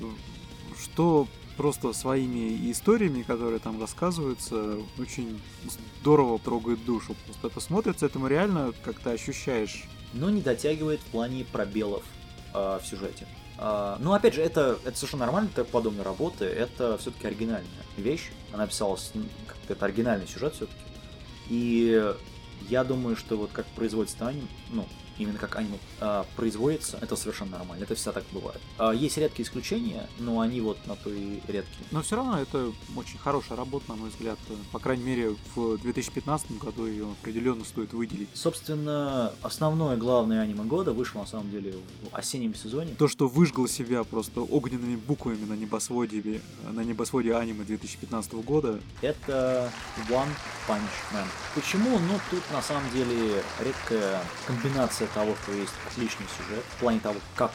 что просто своими историями, которые там рассказываются, очень здорово трогает душу. Просто это смотрится, этому реально как-то ощущаешь. Но не дотягивает в плане пробелов в сюжете. Ну, опять же, это совершенно нормально, так подобная работа, это все-таки оригинальная вещь, она писалась, как-то это оригинальный сюжет все-таки, и я думаю, что вот как производится аниме, ну, именно как аниме производится, это совершенно нормально, это всегда так бывает. Есть редкие исключения, но они вот на то и редкие. Но все равно это очень хорошая работа, на мой взгляд. По крайней мере, в 2015 году ее определенно стоит выделить. Собственно, основное главное аниме года вышло на самом деле в осеннем сезоне. То, что выжгло себя просто огненными буквами на небосводе аниме 2015 года. Это One Punch Man. Почему? Ну, тут на самом деле редкая комбинация того, что есть отличный сюжет, в плане того, как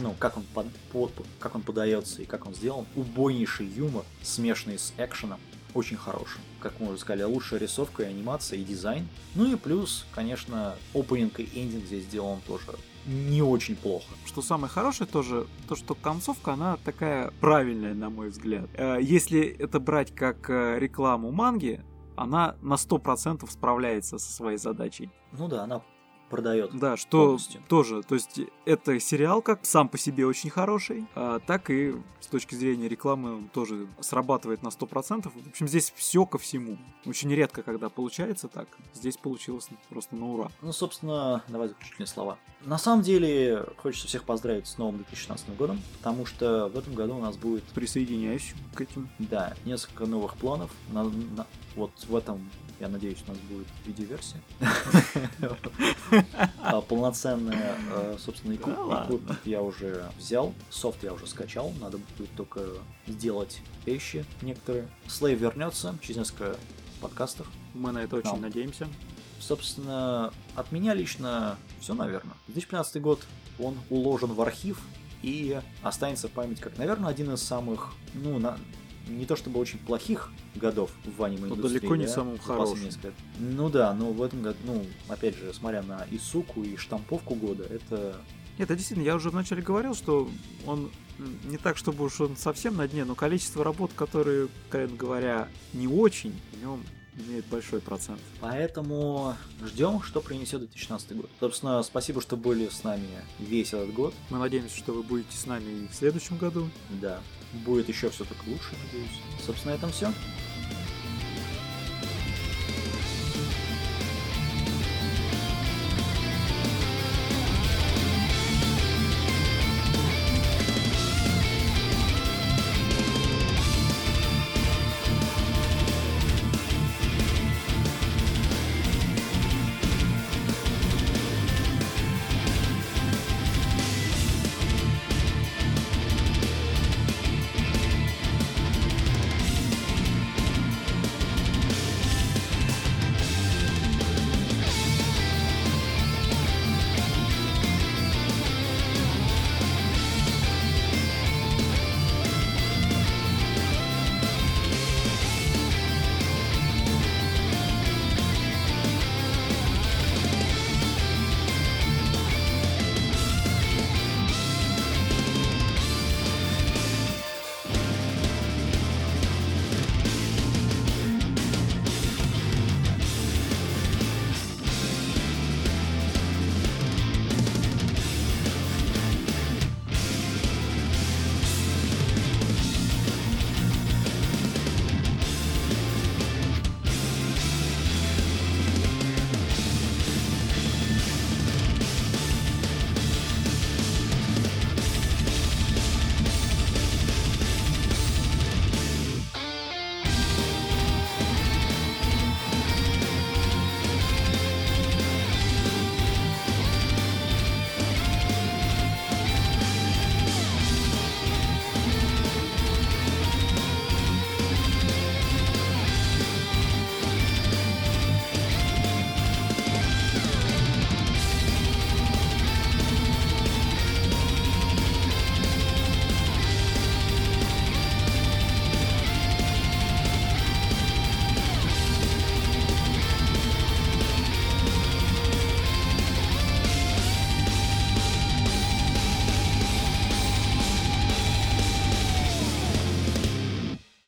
он подается и как он сделан. Убойнейший юмор, смешанный с экшеном, очень хороший. Как мы уже сказали, лучшая рисовка и анимация, и дизайн. Ну и плюс, конечно, опенинг и эндинг здесь сделан тоже не очень плохо. Что самое хорошее тоже, то что концовка, она такая правильная, на мой взгляд. Если это брать как рекламу манги, она на 100% справляется со своей задачей. Ну да, она продает. Да, что полностью. Тоже, то есть это сериал как сам по себе очень хороший, так и с точки зрения рекламы он тоже срабатывает на 100%. В общем, здесь все ко всему. Очень редко, когда получается так. Здесь получилось просто на ура. Ну, собственно, давай заключительные слова. На самом деле, хочется всех поздравить с новым 2016 годом, потому что в этом году у нас будет... Присоединяюсь к этим. Да, несколько новых планов. Вот в этом, я надеюсь, у нас будет видеоверсия. полноценная, собственно, Да ладно. equipment я уже взял, софт я уже скачал, надо будет только сделать вещи некоторые. Слейв вернется через несколько подкастов. Мы на это очень Нам. надеемся. Собственно, от меня лично все, наверное. 2015 год, он уложен в архив и останется в память как, наверное, один из самых, не то чтобы очень плохих годов в аниме-индустрии. далеко не да, самым за последние хорошим. несколько лет. Ну да, но в этом году, опять же, смотря на Исуку и штамповку года, это... Это действительно, я уже вначале говорил, что он не так, чтобы уж он совсем на дне, но количество работ, которые, откровенно говоря, не очень, в нем имеет большой процент. Поэтому ждем, что принесет 2016 год. Собственно, спасибо, что были с нами весь этот год. Мы надеемся, что вы будете с нами и в следующем году. Да, будет еще все только лучше, надеюсь. Собственно, на этом все.